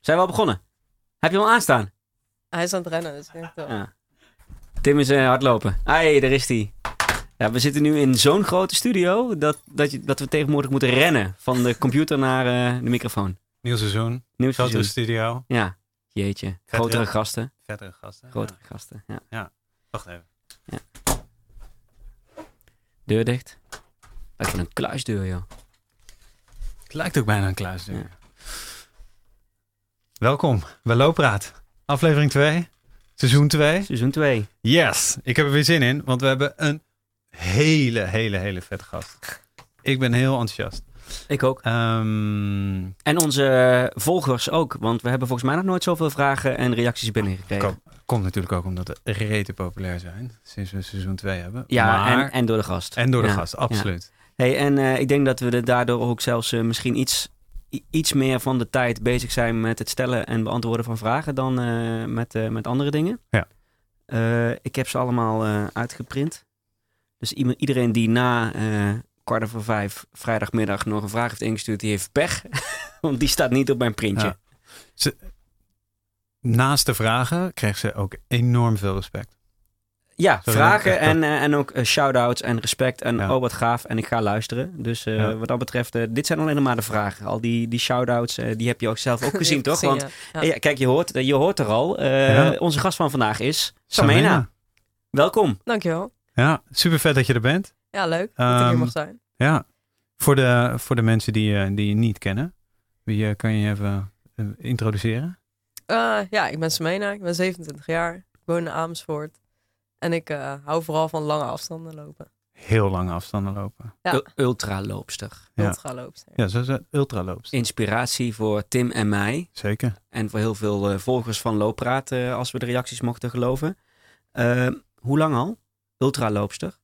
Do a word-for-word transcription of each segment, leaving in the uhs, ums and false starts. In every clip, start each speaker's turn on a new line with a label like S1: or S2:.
S1: Zijn we al begonnen? Heb je hem al aanstaan?
S2: Hij is aan het rennen, dus ik denk toch.
S1: Ja. Tim is uh, hardlopen. Ai, daar is hij. Ja, we zitten nu in zo'n grote studio dat, dat, je, dat we tegenwoordig moeten rennen van de computer naar uh, de microfoon.
S3: Nieuw seizoen,
S1: Nieuw
S3: grotere
S1: seizoen.
S3: studio,
S1: Ja, jeetje. Grotere gasten.
S3: vettere gasten.
S1: Grotere
S3: Ja.
S1: gasten, ja.
S3: Ja, wacht even.
S1: Deur dicht. Even een kluisdeur, joh.
S3: Het lijkt ook bijna een kluisdeur.
S1: Ja.
S3: Welkom bij Loopraad, aflevering twee, seizoen twee.
S1: Seizoen twee.
S3: Yes, ik heb er weer zin in, want we hebben een hele, hele, hele vette gast. Ik ben heel enthousiast.
S1: Ik ook.
S3: Um,
S1: En onze volgers ook, want we hebben volgens mij nog nooit zoveel vragen en reacties binnengekregen.
S3: kom, komt natuurlijk ook omdat we rete populair zijn, sinds we seizoen twee hebben.
S1: Ja,
S3: maar,
S1: en, en door de gast.
S3: en door de
S1: Ja,
S3: gast, absoluut.
S1: ja. Hey, en uh, ik denk dat we er daardoor ook zelfs uh, misschien iets, i- iets meer van de tijd bezig zijn met het stellen en beantwoorden van vragen dan uh, met, uh, met andere dingen.
S3: Ja.
S1: Uh, ik heb ze allemaal uh, uitgeprint. Dus i- iedereen die na uh, kwart over vijf vrijdagmiddag nog een vraag heeft ingestuurd, die heeft pech. Want die staat niet op mijn printje.
S3: Ja. Ze, naast de vragen kreeg ze ook enorm veel respect.
S1: Ja,
S3: Zo,
S1: vragen
S3: echt,
S1: en, uh, en ook uh, shout-outs en respect. En
S3: Ja.
S1: oh, wat gaaf. En ik ga luisteren. Dus uh,
S3: Ja.
S1: wat dat betreft, uh, dit zijn alleen nog maar de vragen. Al die, die shout-outs, uh, die heb je ook zelf ook gezien,
S2: Die heb
S1: toch?
S2: ik gezien,
S1: Want
S2: ja.
S1: uh, ja, kijk, je hoort, uh, je hoort er al. Uh,
S3: Ja.
S1: Onze gast van vandaag is Samena.
S3: Samena.
S1: Welkom.
S2: Dankjewel.
S3: Ja, super vet dat je er bent.
S2: Ja, leuk dat ik
S3: Um,
S2: hier mag zijn.
S3: Ja, voor de, voor de mensen die, uh, die je niet kennen, wie uh, kan je even uh, introduceren?
S2: Uh, ja, ik ben Samena, ik ben zevenentwintig jaar. Ik woon in Amersfoort. En ik uh, hou vooral van lange afstanden lopen.
S3: Heel lange afstanden lopen.
S2: Ja.
S1: U- ultraloopster.
S3: Ja.
S2: Ultraloopster.
S3: Ja, zo is het ultraloopster.
S1: Inspiratie voor Tim en mij.
S3: Zeker.
S1: En voor heel veel uh, volgers van Looppraat, uh, als we de reacties mochten geloven. Uh, hoe lang al? Ultraloopster?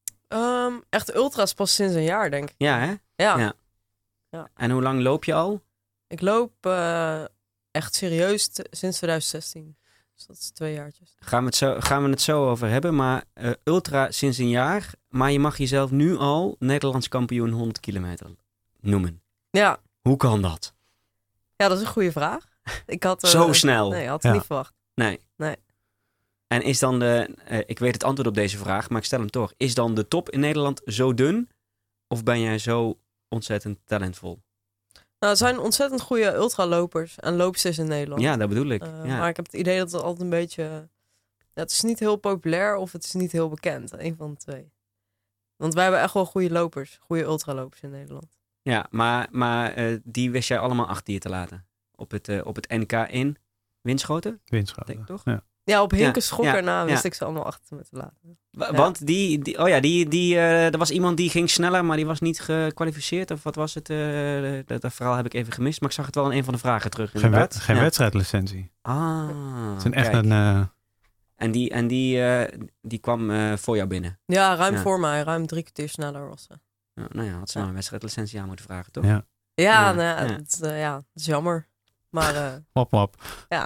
S2: Um, echt ultra's pas sinds een jaar, denk ik.
S1: Ja, hè?
S2: Ja.
S1: Ja.
S2: Ja.
S1: En hoe lang loop je al?
S2: Ik loop uh, echt serieus t- sinds twintig zestien. Dus dat is twee jaartjes.
S1: Gaan we het zo, gaan we het zo over hebben. Maar uh, ultra sinds een jaar. Maar je mag jezelf nu al Nederlands kampioen honderd kilometer noemen.
S2: Ja.
S1: Hoe kan dat?
S2: Ja, dat is een goede vraag. Ik had, uh,
S1: Zo snel?
S2: Nee, had het
S3: Ja.
S2: niet verwacht.
S1: Nee.
S2: Nee.
S1: En is dan de... Uh, ik weet het antwoord op deze vraag, maar ik stel hem toch. Is dan de top in Nederland zo dun? Of ben jij zo ontzettend talentvol?
S2: Nou, er zijn ontzettend goede ultralopers en loopsters in Nederland.
S1: Ja, dat bedoel ik.
S2: Uh,
S1: ja.
S2: Maar ik heb het idee dat het altijd een beetje... Ja, het is niet heel populair of het is niet heel bekend. Een van de twee. Want wij hebben echt wel goede lopers. Goede ultralopers in Nederland.
S1: ja, maar, maar uh, die wist jij allemaal achter je te laten. Op het, uh, op het N K in Winschoten,
S3: Winschoten.
S1: denk ik toch?
S3: Ja.
S2: Ja, op Hinke
S1: Ja,
S2: Schokker
S1: ja,
S2: na wist
S1: ja.
S2: ik ze allemaal achter me te laten.
S1: Wa-
S2: Ja.
S1: Want die, die, oh ja, die, die, uh, er was iemand die ging sneller, maar die was niet gekwalificeerd. Of wat was het? Uh, dat, dat verhaal heb ik even gemist. Maar ik zag het wel in een van de vragen terug.
S3: Geen,
S1: Inderdaad.
S3: wet, geen
S1: ja.
S3: wedstrijdlicentie.
S1: Ah,
S3: Het is een echt
S1: kijk.
S3: een... Uh,
S1: En die, en die, uh, die kwam uh, voor jou binnen.
S2: Ja, ruim
S1: Ja.
S2: voor mij. Ruim drie kwartier sneller was ze.
S1: Ja, nou ja, had ze
S2: Ja.
S1: maar een wedstrijdlicentie aan moeten vragen, toch?
S3: ja,
S2: Ja,
S1: Ja,
S2: nou, ja,
S1: ja.
S2: Dat, uh, ja, dat is jammer. Maar uh,
S3: mop mop.
S2: ja.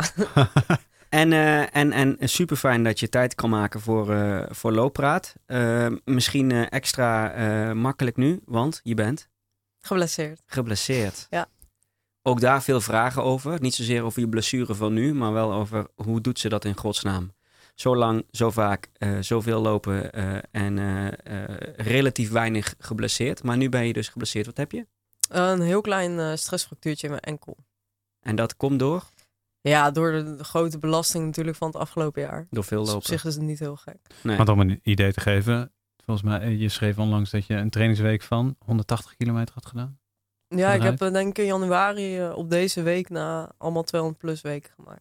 S1: En, uh, en, en super fijn dat je tijd kan maken voor, uh, voor Looppraat. Uh, misschien uh, extra uh, makkelijk nu, want je bent
S2: Geblesseerd.
S1: geblesseerd.
S2: Ja.
S1: Ook daar veel vragen over. Niet zozeer over je blessure van nu, maar wel over hoe doet ze dat in godsnaam. Zo lang, zo vaak, uh, zoveel lopen uh, en uh, uh, relatief weinig geblesseerd. Maar nu ben je dus geblesseerd. Wat heb je?
S2: Uh, een heel klein uh, stressfractuurtje in mijn enkel.
S1: En dat komt door?
S2: Ja, door de, de grote belasting natuurlijk van het afgelopen jaar.
S1: Door veel
S2: Dus
S1: lopen.
S2: op zich is het niet heel gek.
S1: Nee.
S3: Want om een idee te geven, volgens mij, je schreef onlangs dat je een trainingsweek van honderdtachtig kilometer had gedaan.
S2: Ja, ik
S3: Bedrijf?
S2: heb uh, denk ik in januari uh, op deze week na allemaal tweehonderd plus weken gemaakt.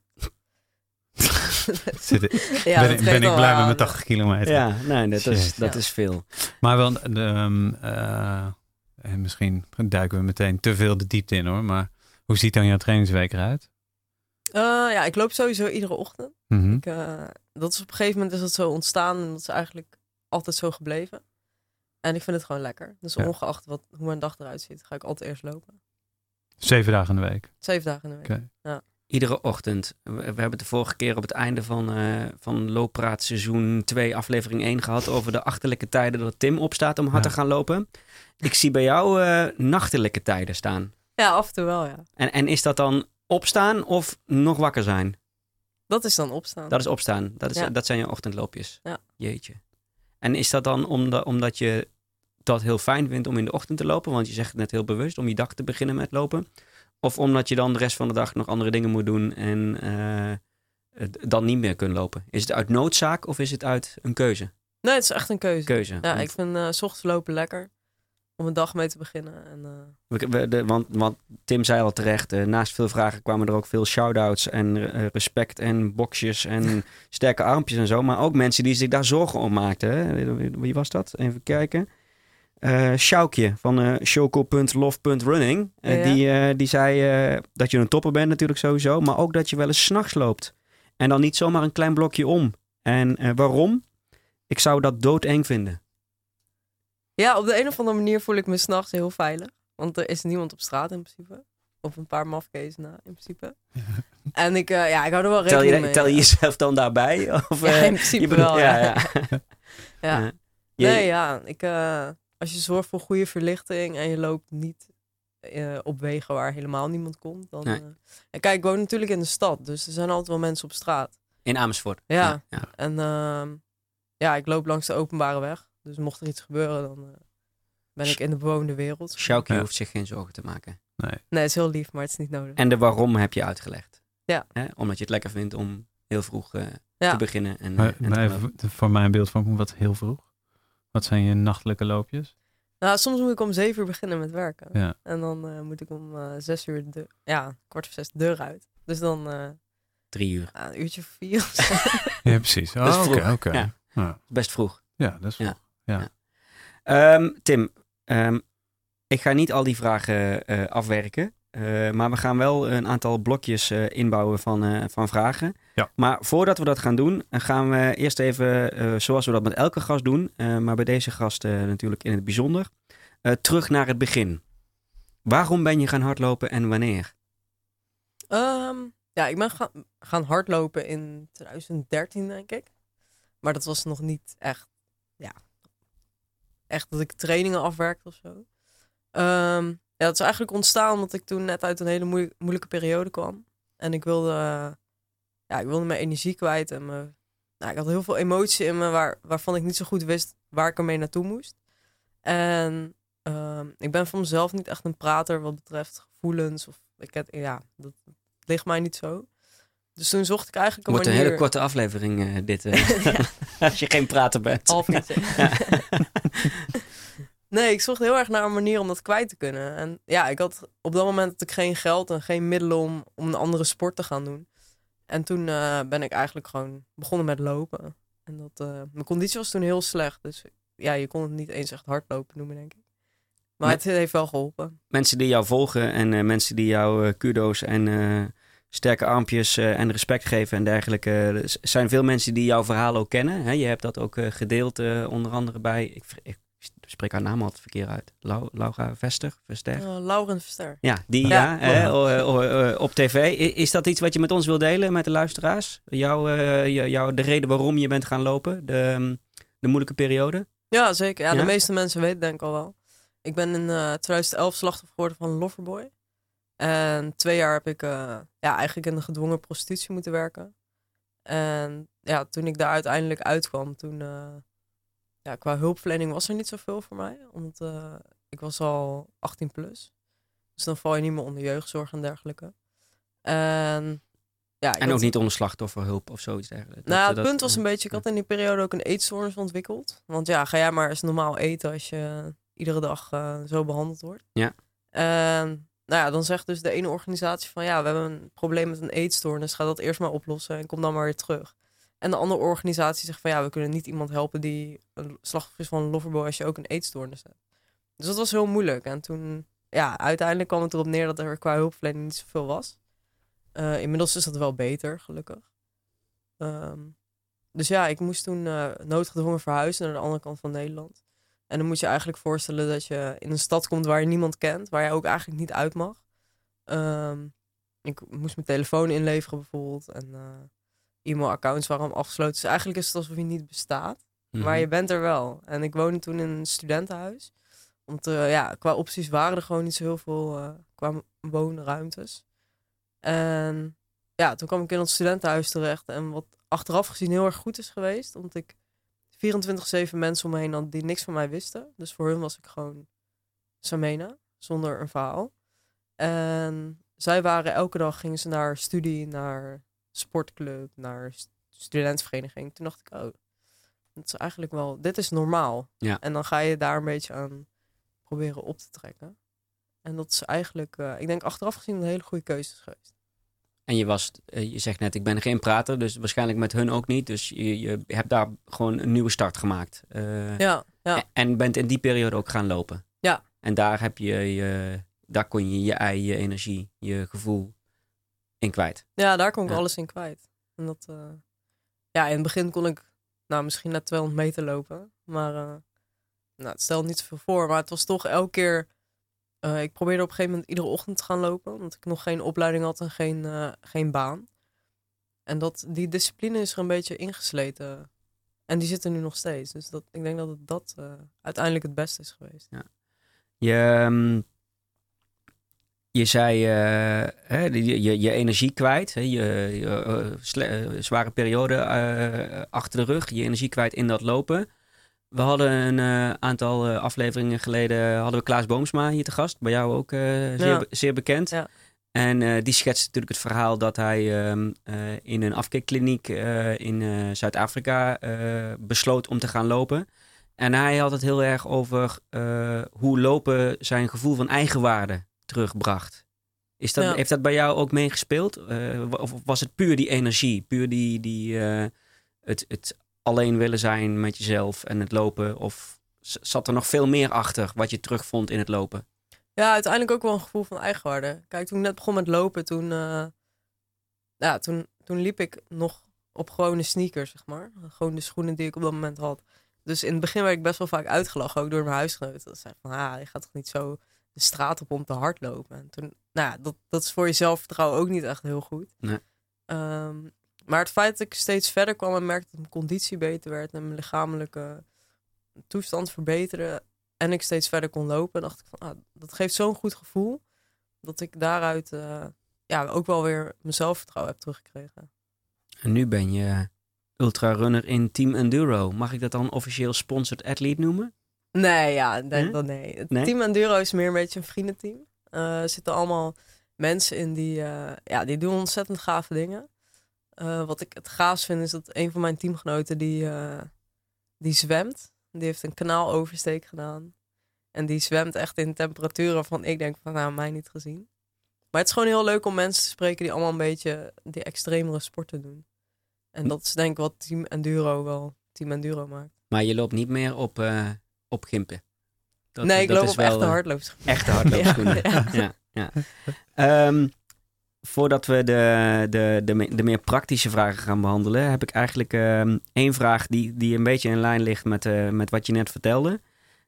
S3: Zit ik,
S2: Ja,
S3: ben
S2: dat
S3: ik,
S2: geeft
S3: ben ik
S2: wel
S3: blij
S2: aan.
S3: met mijn tachtig kilometer.
S1: Ja, nee, dat, is,
S3: Shit.
S1: dat
S2: Ja.
S1: is veel.
S3: Maar wel, de, um, uh, en misschien duiken we meteen te veel de diepte in hoor, maar hoe ziet dan jouw trainingsweek eruit?
S2: Uh, ja, ik loop sowieso iedere ochtend.
S3: Mm-hmm.
S2: Ik, uh, dat is op een gegeven moment is het zo ontstaan en dat is eigenlijk altijd zo gebleven. En ik vind het gewoon lekker. Dus
S3: Ja.
S2: ongeacht wat, hoe mijn dag eruit ziet, ga ik altijd eerst lopen.
S3: Zeven dagen in de week.
S2: Zeven dagen in de week.
S3: Oké.
S2: Ja.
S1: Iedere ochtend. We, we hebben het de vorige keer op het einde van, uh, van Looppraat seizoen twee aflevering één gehad over de achterlijke tijden dat Tim opstaat om hard
S3: Ja.
S1: te gaan lopen. Ik zie bij jou uh, nachtelijke tijden staan.
S2: Ja, af en toe wel, ja.
S1: En, en is dat dan opstaan of nog wakker zijn?
S2: Dat is dan opstaan.
S1: Dat is opstaan. Dat, is,
S2: Ja.
S1: dat zijn je ochtendloopjes.
S2: Ja.
S1: Jeetje. En is dat dan omdat, omdat je dat heel fijn vindt om in de ochtend te lopen? Want je zegt het net heel bewust om je dag te beginnen met lopen. Of omdat je dan de rest van de dag nog andere dingen moet doen en uh, dan niet meer kunt lopen? Is het uit noodzaak of is het uit een keuze?
S2: Nee, het is echt een keuze.
S1: Keuze.
S2: Ja,
S1: Want,
S2: ik vind uh, 's ochtends lopen lekker. Om een dag mee te beginnen. En, uh...
S1: we, we, de, want, want Tim zei al terecht, uh, naast veel vragen kwamen er ook veel shout-outs en uh, respect en boxjes en sterke armpjes en zo. Maar ook mensen die zich daar zorgen om maakten. Hè? Wie was dat? Even kijken. Uh, Sjoukje van uh, shoko punt love punt running. Uh,
S2: ja.
S1: die, uh, die zei uh, dat je een topper bent natuurlijk sowieso. Maar ook dat je wel eens 's nachts loopt. En dan niet zomaar een klein blokje om. En uh, waarom? Ik zou dat doodeng vinden.
S2: Ja, op de een of andere manier voel ik me 's nachts heel veilig. Want er is niemand op straat in principe. Of een paar mafkees na in principe. En ik, uh, ja, ik hou er wel
S1: Tel
S2: rekening
S1: je,
S2: mee.
S1: tel je jezelf dan daarbij? Of,
S2: Ja,
S1: uh,
S2: in principe
S1: je
S2: wel.
S1: Ja,
S2: Ja.
S1: ja.
S2: ja.
S1: ja. Je,
S2: Nee, ja. Ik, uh, als je zorgt voor goede verlichting en je loopt niet uh, op wegen waar helemaal niemand komt. Dan,
S1: Nee.
S2: uh... En kijk, ik woon natuurlijk in de stad. Dus er zijn altijd wel mensen op straat.
S1: In Amersfoort.
S2: Ja.
S1: Ja, ja.
S2: En uh, ja, ik loop langs de openbare weg. Dus mocht er iets gebeuren, dan uh, ben ik in de bewoonde wereld.
S1: Sjoukje
S3: Ja.
S1: hoeft zich geen zorgen te maken.
S3: Nee.
S2: Nee, het is heel lief, maar het is niet nodig.
S1: En de waarom heb je uitgelegd.
S2: Ja.
S1: Hè? Omdat je het lekker vindt om heel vroeg uh,
S2: Ja.
S1: te beginnen. En,
S3: Maar,
S1: en te
S3: maar
S1: lopen.
S3: v- voor mijn beeld van wat heel vroeg. Wat zijn je nachtelijke loopjes?
S2: Nou, soms moet ik om zeven uur beginnen met werken.
S3: Ja.
S2: En dan uh, moet ik om uh, zes uur, de, ja, kwart of zes de deur uit. Dus dan uh,
S1: Drie uur.
S2: ja, een uurtje of vier of zo.
S3: Ja, precies.
S1: Dat is
S3: Oh, Oké,
S1: vroeg.
S3: oké.
S1: Ja.
S3: Ja.
S1: Best vroeg.
S3: Ja, dat is vroeg.
S1: Ja. Um, Tim, um, ik ga niet al die vragen uh, afwerken. Uh, maar we gaan wel een aantal blokjes uh, inbouwen van, uh, van vragen.
S3: Ja.
S1: Maar voordat we dat gaan doen, gaan we eerst even, uh, zoals we dat met elke gast doen, uh, maar bij deze gast uh, natuurlijk in het bijzonder, uh, terug naar het begin. Waarom ben je gaan hardlopen en wanneer?
S2: Um, ja, ik ben ga gaan hardlopen in twintig dertien, denk ik. Maar dat was nog niet echt, ja, echt dat ik trainingen afwerkte of zo. Um, ja, dat is eigenlijk ontstaan omdat ik toen net uit een hele moe moeilijke periode kwam. En ik wilde, uh, ja, ik wilde mijn energie kwijt. En me, nou, ik had heel veel emotie in me waar, waarvan ik niet zo goed wist waar ik ermee naartoe moest. En um, ik ben van mezelf niet echt een prater wat betreft gevoelens. Of, ik heb, ja, dat ligt mij niet zo. Dus toen zocht ik eigenlijk een
S1: Wordt
S2: manier...
S1: een hele korte aflevering uh, dit. Uh,
S2: ja.
S1: Als je geen prater bent.
S2: Half niet. Ja. Nee, ik zocht heel erg naar een manier om dat kwijt te kunnen. En ja, ik had op dat moment had ik geen geld en geen middelen om, om een andere sport te gaan doen. En toen uh, ben ik eigenlijk gewoon begonnen met lopen. En dat, uh, mijn conditie was toen heel slecht. Dus ja, je kon het niet eens echt hardlopen noemen, denk ik. Maar Met, het heeft wel geholpen.
S1: Mensen die jou volgen en uh, mensen die jou uh, kudo's en uh, sterke armpjes uh, en respect geven en dergelijke. Er zijn veel mensen die jouw verhaal ook kennen. Hè? Je hebt dat ook uh, gedeeld uh, onder andere bij... Ik, ik spreek haar naam altijd verkeerd uit. Lau, Laura Vester? Verster?
S2: Uh, Lauren Verster.
S1: Ja, die ja, ja hè, uh, uh, uh, op tv. Is dat iets wat je met ons wil delen, met de luisteraars? Jou, uh, jou, de reden waarom je bent gaan lopen? De, um, de moeilijke periode?
S2: Ja, zeker. Ja,
S1: ja?
S2: De meeste mensen weten denk ik al wel. Ik ben in uh, twintig elf slachtoffer geworden van een loverboy. En twee jaar heb ik uh, ja, eigenlijk in de gedwongen prostitutie moeten werken. En ja, toen ik daar uiteindelijk uitkwam, toen... Uh, Ja, qua hulpverlening was er niet zoveel voor mij. Want uh, ik was al achttien plus. Dus dan val je niet meer onder jeugdzorg en dergelijke. En, ja, ik
S1: en
S2: had...
S1: ook niet onder slachtofferhulp of zoiets dergelijks.
S2: Nou,
S1: dat,
S2: het punt
S1: dat,
S2: was een beetje... Ik had in die periode ook een eetstoornis ontwikkeld. Want ja, ga jij maar eens normaal eten als je iedere dag uh, zo behandeld wordt.
S1: Ja.
S2: En nou ja, dan zegt dus de ene organisatie van... Ja, we hebben een probleem met een eetstoornis. Ga dat eerst maar oplossen en kom dan maar weer terug. En de andere organisatie zegt van ja, we kunnen niet iemand helpen die een slachtoffer is van een loverboy als je ook een eetstoornis hebt. Dus dat was heel moeilijk. En toen, ja, uiteindelijk kwam het erop neer dat er qua hulpverlening niet zoveel was. Uh, inmiddels is dat wel beter, gelukkig. Um, dus ja, ik moest toen uh, noodgedwongen verhuizen naar de andere kant van Nederland. En dan moet je eigenlijk voorstellen dat je in een stad komt waar je niemand kent, waar je ook eigenlijk niet uit mag. Um, ik moest mijn telefoon inleveren bijvoorbeeld en... Uh, e-mailaccounts waren allemaal afgesloten. Dus eigenlijk is het alsof je niet bestaat. Mm-hmm. Maar je bent er wel. En ik woonde toen in een studentenhuis. Want uh, ja, qua opties waren er gewoon niet zo heel veel uh, qua woonruimtes. En ja, toen kwam ik in het studentenhuis terecht. En wat achteraf gezien heel erg goed is geweest. Omdat ik vierentwintig zeven mensen om me heen had die niks van mij wisten. Dus voor hun was ik gewoon Samena, zonder een verhaal. En zij waren elke dag, gingen ze naar studie, naar sportclub, naar studentenvereniging. Toen dacht ik, oh, dat is eigenlijk wel, dit is normaal.
S1: Ja.
S2: En dan ga je daar een beetje aan proberen op te trekken. En dat is eigenlijk, uh, ik denk achteraf gezien, een hele goede keuze is geweest.
S1: En je was, uh, je zegt net, ik ben geen prater, dus waarschijnlijk met hun ook niet. Dus je, je hebt daar gewoon een nieuwe start gemaakt. Uh,
S2: ja, ja.
S1: En bent in die periode ook gaan lopen.
S2: Ja.
S1: En daar heb je, je daar kon je je ei, je energie, je gevoel in kwijt.
S2: Ja, daar kon ik
S1: ja.
S2: alles in kwijt. En dat, uh, ja, in het begin kon ik, nou, misschien net tweehonderd meter lopen. Maar, uh, nou, het stelde niet zoveel voor. Maar het was toch elke keer, uh, ik probeerde op een gegeven moment iedere ochtend te gaan lopen. Omdat ik nog geen opleiding had en geen, uh, geen baan. En dat, die discipline is er een beetje ingesleten. En die zit er nu nog steeds. Dus dat, ik denk dat het dat uh, uiteindelijk het beste is geweest.
S1: Ja. Je, um, je zei uh, hè, je, je, je energie kwijt. Hè, je, je uh, sle- uh, zware periode uh, achter de rug. Je energie kwijt in dat lopen. We hadden een uh, aantal uh, afleveringen geleden hadden we Klaas Boomsma hier te gast. Bij jou ook uh, zeer,
S2: ja.
S1: be- zeer bekend.
S2: Ja.
S1: En uh, die schetst natuurlijk het verhaal dat hij um, uh, in een afkeerkliniek uh, in uh, Zuid-Afrika uh, besloot om te gaan lopen. En hij had het heel erg over uh, hoe lopen zijn gevoel van eigenwaarde terugbracht. Is dat,
S2: ja.
S1: Heeft dat bij jou ook meegespeeld? Uh, of was het puur die energie? Puur die, die, uh, het, het alleen willen zijn met jezelf en het lopen? Of zat er nog veel meer achter wat je terugvond in het lopen?
S2: Ja, uiteindelijk ook wel een gevoel van eigenwaarde. Kijk, toen ik net begon met lopen, toen, uh, ja, toen, toen liep ik nog op gewone sneakers, zeg maar. Gewoon de schoenen die ik op dat moment had. Dus in het begin werd ik best wel vaak uitgelachen, ook door mijn huisgenoten. Dat zei van, ah, je gaat toch niet zo de straat op om te hardlopen. En toen, nou ja, dat, dat is voor je zelfvertrouwen ook niet echt heel goed.
S1: Nee.
S2: Um, maar het feit dat ik steeds verder kwam en merkte dat mijn conditie beter werd en mijn lichamelijke toestand verbeterde en ik steeds verder kon lopen, dacht ik van, ah, dat geeft zo'n goed gevoel dat ik daaruit uh, ja, ook wel weer mijn zelfvertrouwen heb teruggekregen.
S1: En nu ben je ultrarunner in Team Enduro. Mag ik dat dan officieel sponsored athlete noemen?
S2: Nee, ja, denk
S1: Huh?
S2: dat nee. Het
S1: nee.
S2: Team Enduro is meer een beetje een vriendenteam. Uh, er zitten allemaal mensen in die, uh, ja, die doen ontzettend gave dingen. Uh, wat ik het gaafst vind is dat een van mijn teamgenoten die, uh, die zwemt. Die heeft een kanaaloversteek gedaan. En die zwemt echt in temperaturen van ik denk van nou, mij niet gezien. Maar het is gewoon heel leuk om mensen te spreken die allemaal een beetje die extremere sporten doen. En dat is denk ik wat Team Enduro wel Team Enduro maakt.
S1: Maar je loopt niet meer op, uh, op gimpen? Dat,
S2: nee, ik
S1: dat
S2: loop
S1: is
S2: op
S1: wel,
S2: echte
S1: uh,
S2: hardloopschoenen.
S1: Echte hardloopschoenen. ja, ja. ja, ja. Um, voordat we de, de, de, de meer praktische vragen gaan behandelen, heb ik eigenlijk um, één vraag die, die een beetje in lijn ligt met, uh, met wat je net vertelde.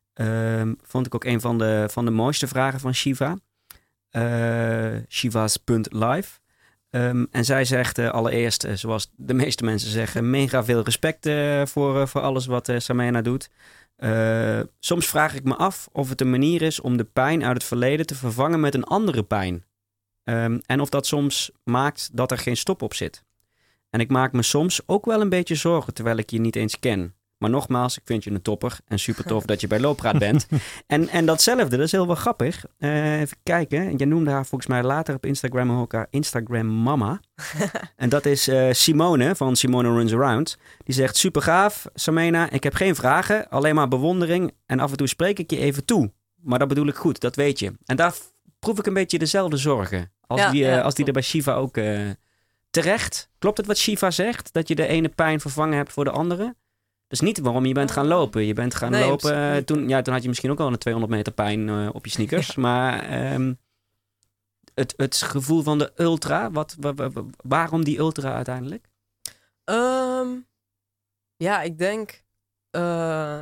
S1: Um, vond ik ook een van de, van de mooiste vragen van Shiva. Uh, Shiva's punt live. Um, en zij zegt uh, allereerst, uh, zoals de meeste mensen zeggen, mega veel respect uh, voor, uh, voor alles wat uh, Samena doet. Uh, soms vraag ik me af of het een manier is om de pijn uit het verleden te vervangen met een andere pijn. Um, en of dat soms maakt dat er geen stop op zit. En ik maak me soms ook wel een beetje zorgen terwijl ik je niet eens ken. Maar nogmaals, ik vind je een topper en super tof dat je bij Looppraat bent. en, en datzelfde, dat is heel wel grappig. Uh, even kijken, je noemde haar volgens mij later op Instagram ook haar Instagram mama. En dat is uh, Simone van Simone Runs Around. Die zegt, super gaaf, Samena, ik heb geen vragen, alleen maar bewondering. En af en toe spreek ik je even toe. Maar dat bedoel ik goed, dat weet je. En daar proef ik een beetje dezelfde zorgen. Als,
S2: ja,
S1: die, uh,
S2: ja,
S1: als die er bij Shiva ook uh, terecht. Klopt het wat Shiva zegt? Dat je de ene pijn vervangen hebt voor de andere? Dat is niet waarom je bent gaan lopen. Je bent gaan
S2: nee,
S1: lopen. Toen, ja, toen had je misschien ook al een tweehonderd meter pijn uh, op je sneakers. Ja. Maar um, het, het gevoel van de ultra. Wat, wa, wa, wa, waarom die ultra uiteindelijk?
S2: Um, ja, ik denk uh,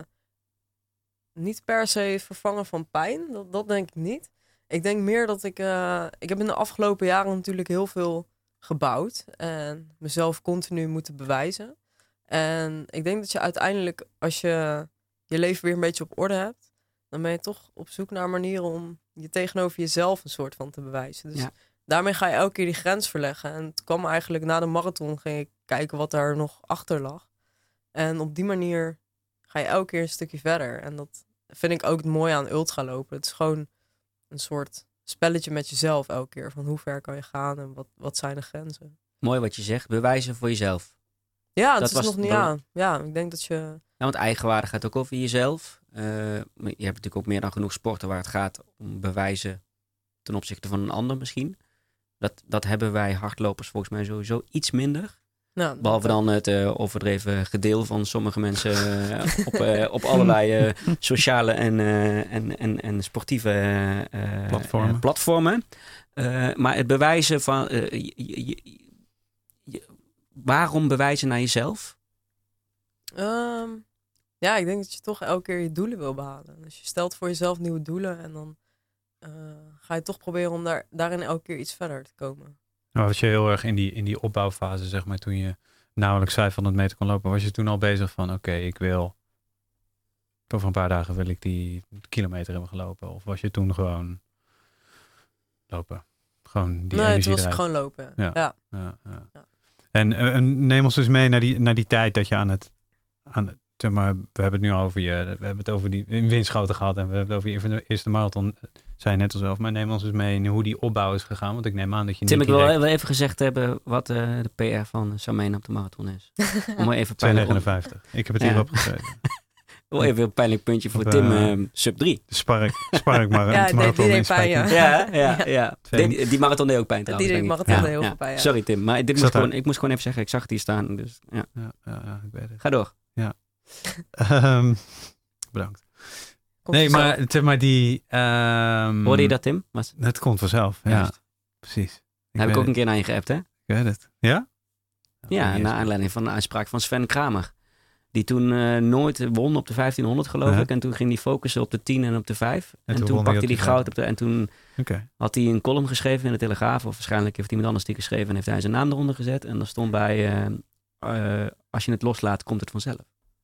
S2: niet per se vervangen van pijn. Dat, dat denk ik niet. Ik denk meer dat ik... Uh, ik heb in de afgelopen jaren natuurlijk heel veel gebouwd. En mezelf continu moeten bewijzen. En ik denk dat je uiteindelijk, als je je leven weer een beetje op orde hebt, dan ben je toch op zoek naar manieren om je tegenover jezelf een soort van te bewijzen. Dus
S1: ja.
S2: daarmee ga je elke keer die grens verleggen. En het kwam eigenlijk na de marathon, ging ik kijken wat daar nog achter lag. En op die manier ga je elke keer een stukje verder. En dat vind ik ook het mooie aan ultralopen. Het is gewoon een soort spelletje met jezelf elke keer. Van hoe ver kan je gaan en wat, wat zijn de grenzen.
S1: Mooi wat je zegt. Bewijzen voor jezelf.
S2: Ja, het
S1: Dat
S2: is
S1: was
S2: nog niet
S1: wel-
S2: aan. Ja, ik denk dat je...
S1: Ja, want eigenwaarde gaat ook over jezelf. Uh, maar je hebt natuurlijk ook meer dan genoeg sporten waar het gaat om bewijzen ten opzichte van een ander misschien. Dat, dat hebben wij hardlopers volgens mij sowieso iets minder.
S2: Nou,
S1: Behalve
S2: dat-
S1: dan het uh, overdreven gedeel van sommige mensen uh, op, uh, op allerlei uh, sociale en, uh, en, en, en sportieve uh,
S3: Platformen.
S1: Uh, platformen. Uh, maar het bewijzen van... Uh, je, je, je, waarom bewijzen naar jezelf?
S2: Um, ja, ik denk dat je toch elke keer je doelen wil behalen. Dus je stelt voor jezelf nieuwe doelen en dan uh, ga je toch proberen om daar, daarin elke keer iets verder te komen.
S3: Nou, was je heel erg in die, in die opbouwfase, zeg maar, toen je nauwelijks vijfhonderd meter kon lopen, was je toen al bezig van, oké, okay, ik wil, over een paar dagen wil ik die kilometer hebben gelopen? Of was je toen gewoon lopen? Gewoon die
S2: nee,
S3: energie
S2: het was
S3: eruit?
S2: gewoon lopen.
S3: Ja.
S2: Ja.
S3: Ja, ja.
S2: Ja.
S3: En, uh, neem ons dus mee naar die, naar die tijd dat je aan het, aan het zeg maar, we hebben het nu over je, we hebben het over die windschoten gehad en we hebben het over je eerste marathon, zei je net al zelf, maar neem ons dus mee in hoe die opbouw is gegaan, want ik neem aan dat je
S1: Tim,
S3: niet
S1: ik wil
S3: direct...
S1: wel even gezegd hebben wat uh, de P R van Samena op de marathon is. Om even
S3: twee
S1: pijnlijk,
S3: negenenvijftig. Ik heb het hier
S1: Ja.
S3: opgeschreven.
S1: wel even een pijnlijk puntje voor
S3: Op,
S1: Tim,
S3: uh,
S1: uh, sub drie.
S3: De spark, spark maar,
S2: Ja, die-
S3: marathon
S2: die deed
S3: in
S2: pijn, ja.
S3: Spijkenisse.
S1: Ja, ja, ja.
S3: Twee-
S1: Die, die marathon deed ook pijn
S2: Die
S1: trouwens.
S2: deed
S1: denk ik.
S2: marathon
S1: Ja,
S2: deed heel
S1: ja.
S2: veel pijn, ja.
S1: Sorry Tim, maar dit
S3: Ik
S1: moest
S3: zat
S1: gewoon,
S3: daar-
S1: ik moest gewoon even zeggen, ik zag het hier staan. Dus, ja.
S3: Ja, ja, ja, ik weet het.
S1: Ga door.
S3: Um, bedankt.
S2: Komt
S3: Nee,
S2: vanzelf.
S3: maar, zeg maar die... Um,
S1: Hoorde je dat Tim? Was,
S3: Het komt vanzelf, ja.
S1: Juist.
S3: Precies. Ik
S1: heb ik
S3: weet
S1: ook een
S3: het.
S1: keer naar je geappt, hè?
S3: Ik weet het. Ja?
S1: Ja,
S3: die is-
S1: naar aanleiding van een uitspraak van Sven Kramer. Die toen uh, nooit won op de vijftienhonderd geloof
S3: Uh-huh.
S1: ik. En toen ging hij focussen op de tien en op de vijf. En,
S3: toen
S1: toen,
S3: won hij
S1: pakte
S3: op
S1: hij
S3: de
S1: goud op de... En toen
S3: Oké.
S1: had hij een column geschreven in de Telegraaf. Of waarschijnlijk heeft iemand anders die geschreven. En heeft hij zijn naam eronder gezet. En daar stond bij... Uh, uh, als je het loslaat, komt het vanzelf.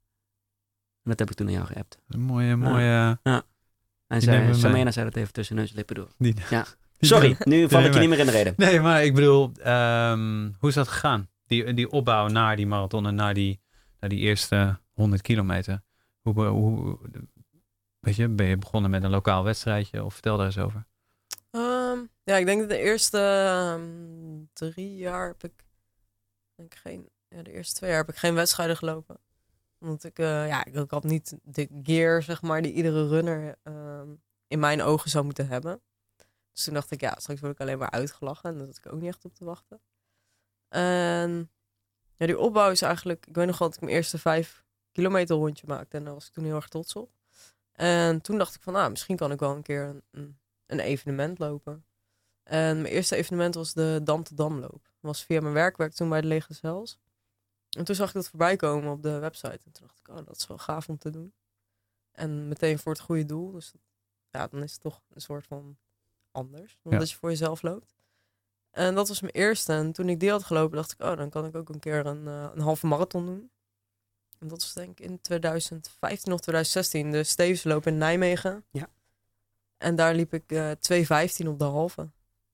S1: En dat heb ik toen aan jou geappt.
S3: Een mooie, mooie...
S1: En
S3: Die
S1: zei,
S3: nemen we mee.
S1: Samena zei dat even tussen neus en lippen door.
S3: Die,
S1: Ja.
S3: die
S1: Sorry,
S3: nemen-
S1: nu val ik je
S3: nemen
S1: niet meer in de reden.
S3: Nee, maar ik bedoel, um, hoe is dat gegaan? Die, die opbouw naar die marathon en naar die, naar die eerste honderd kilometer. Hoe, hoe, weet je, ben je begonnen met een lokaal wedstrijdje? Of vertel daar eens over.
S2: Um, ja, ik denk dat de eerste um, drie jaar heb ik, denk ik geen, ja, de eerste twee jaar heb ik geen wedstrijden gelopen. Want ik, uh, ja, ik, ik had niet de gear, zeg maar, die iedere runner um, in mijn ogen zou moeten hebben. Dus toen dacht ik, ja, straks word ik alleen maar uitgelachen. En daar zat ik ook niet echt op te wachten. En ja, die opbouw is eigenlijk... Ik weet nog wel dat ik mijn eerste vijf kilometer rondje maakte. En daar was ik toen heel erg trots op. En toen dacht ik van, nou, misschien kan ik wel een keer een, een, een evenement lopen. En mijn eerste evenement was de Dam te Damloop. Dat was via mijn werk, werk toen bij de Leger Zels. En toen zag ik dat voorbij komen op de website. En toen dacht ik, oh, dat is wel gaaf om te doen. En meteen voor het goede doel. Dus dat, ja, dan is het toch een soort van anders. Dan
S3: Ja.
S2: dat je voor jezelf loopt. En dat was mijn eerste. En toen ik die had gelopen, dacht ik, oh, dan kan ik ook een keer een, uh, een halve marathon doen. En dat was denk ik in twintig vijftien of twintig zestien. De Stevensloop in Nijmegen.
S1: Ja.
S2: En daar liep ik uh, twee vijftien op de halve.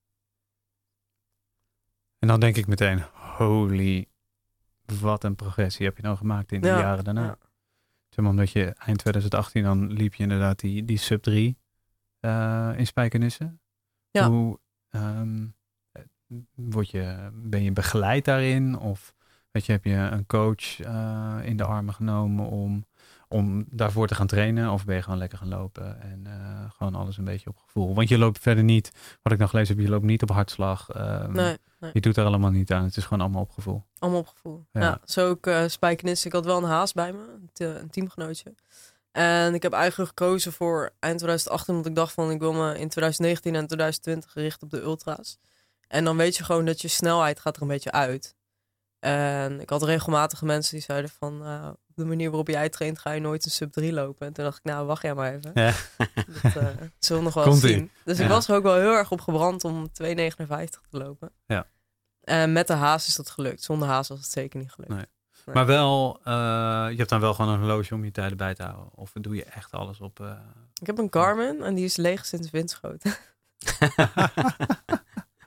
S3: En dan denk ik meteen, holy, wat een progressie heb je nou gemaakt in de
S2: Ja,
S3: jaren daarna.
S2: ja.
S3: Zeg maar, omdat je eind twintig achttien, dan liep je inderdaad die, die sub drie uh, in Spijkenisse.
S2: Ja.
S3: Hoe um, word je, ben je begeleid daarin? Of weet je, heb je een coach uh, in de armen genomen om, om daarvoor te gaan trainen? Of ben je gewoon lekker gaan lopen en uh, gewoon alles een beetje op gevoel? Want je loopt verder niet, wat ik nog gelezen heb, je loopt niet op hartslag. Um,
S2: Nee, nee.
S3: Je doet er allemaal niet aan. Het is gewoon allemaal op gevoel.
S2: Allemaal op gevoel.
S3: Ja.
S2: Ja. Zo ook uh, Spijkenis. Ik had wel een haas bij me, een, te- een teamgenootje. En ik heb eigenlijk gekozen voor eind twintig achttien, omdat ik dacht van ik wil me in twintig negentien en twintig twintig gericht op de ultra's. En dan weet je gewoon dat je snelheid gaat er een beetje uit. En ik had regelmatig mensen die zeiden van uh, op de manier waarop jij traint ga je nooit een sub drie lopen. En toen dacht ik, nou wacht jij maar even.
S3: Ja.
S2: Dat uh, zullen we nog wel
S3: Komt-ie.
S2: zien. Dus
S3: Ja.
S2: ik was er ook wel heel erg op gebrand om twee negenenvijftig te lopen.
S3: Ja.
S2: En met de haas is dat gelukt. Zonder haas was het zeker niet gelukt.
S3: Nee.
S2: Nee.
S3: Maar wel, uh, je hebt dan wel gewoon een horloge om je tijden bij te houden. Of doe je echt alles op... Uh...
S2: Ik heb een Garmin en die is leeg sinds windschoten.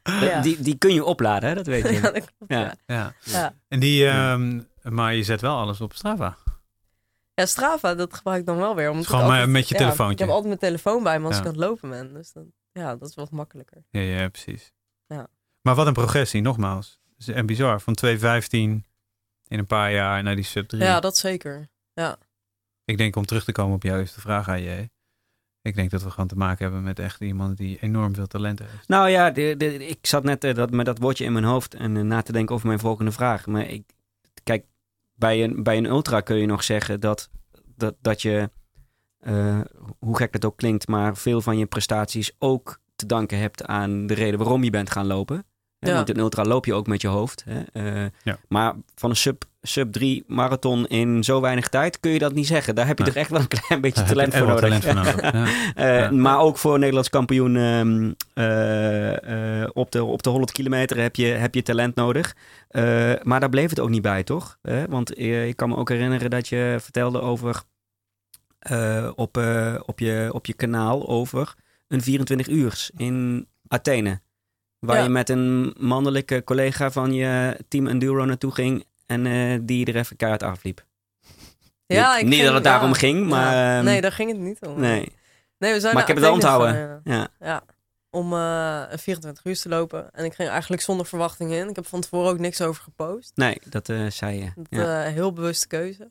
S2: Ja.
S1: Die, die kun je opladen, hè? Dat weet je.
S2: Ja, dat klopt,
S1: Ja.
S2: ja.
S3: Ja.
S2: Ja.
S3: En die, um, maar je zet wel alles op Strava.
S2: Ja, Strava, dat gebruik ik dan wel weer. Omdat
S3: Gewoon
S2: ik altijd,
S3: met je
S2: ja,
S3: telefoontje.
S2: Ik heb altijd mijn telefoon bij me als
S3: Ja.
S2: ik aan het lopen ben. Dus dan, ja, dat is wat makkelijker.
S3: Ja, ja, precies.
S2: Ja.
S3: Maar wat een progressie, nogmaals. Dat is en bizar. Van twee vijftien in een paar jaar naar die sub drie.
S2: Ja, dat zeker. Ja.
S3: Ik denk om terug te komen op jouw eerste vraag aan je. Ik denk dat we gewoon te maken hebben met echt iemand die enorm veel talent heeft.
S1: Nou ja, de, de, ik zat net uh, dat, met dat woordje in mijn hoofd en uh, na te denken over mijn volgende vraag. Maar ik, kijk, bij een, bij een ultra kun je nog zeggen dat, dat, dat je, uh, hoe gek het ook klinkt, maar veel van je prestaties ook te danken hebt aan de reden waarom je bent gaan lopen. Ja. Want in een ultra loop je ook met je hoofd. Hè? Uh, ja. Maar van een sub, sub drie marathon in zo weinig tijd kun je dat niet zeggen. Daar heb je nee. toch echt wel een klein beetje
S3: Daar
S1: talent voor nodig.
S3: Talent voor nodig. Ja.
S1: uh,
S3: ja.
S1: Maar ook voor Nederlands kampioen um, uh, uh, op, de, op de honderd kilometer heb je, heb je talent nodig. Uh, maar daar bleef het ook niet bij, toch? Uh, want uh, ik kan me ook herinneren dat je vertelde over uh, op, uh, op, je, op je kanaal over een vierentwintig uurs in Athene. Waar ja. je met een mannelijke collega van je team Enduro naartoe ging en uh, die er even keihard afliep.
S2: Ja,
S1: niet
S2: ik
S1: niet
S2: ging,
S1: dat het
S2: ja,
S1: daarom ging, maar...
S2: Ja.
S1: Um,
S2: nee, daar ging het niet om.
S1: Nee,
S2: nee we zijn
S1: maar ik heb het wel onthouden.
S2: Gaan, ja. Ja. ja, om uh, een vierentwintig uur te lopen. En ik ging eigenlijk zonder verwachting in. Ik heb van tevoren ook niks over gepost.
S1: Nee, dat uh, zei je.
S2: Dat,
S1: ja.
S2: uh, heel bewuste keuze.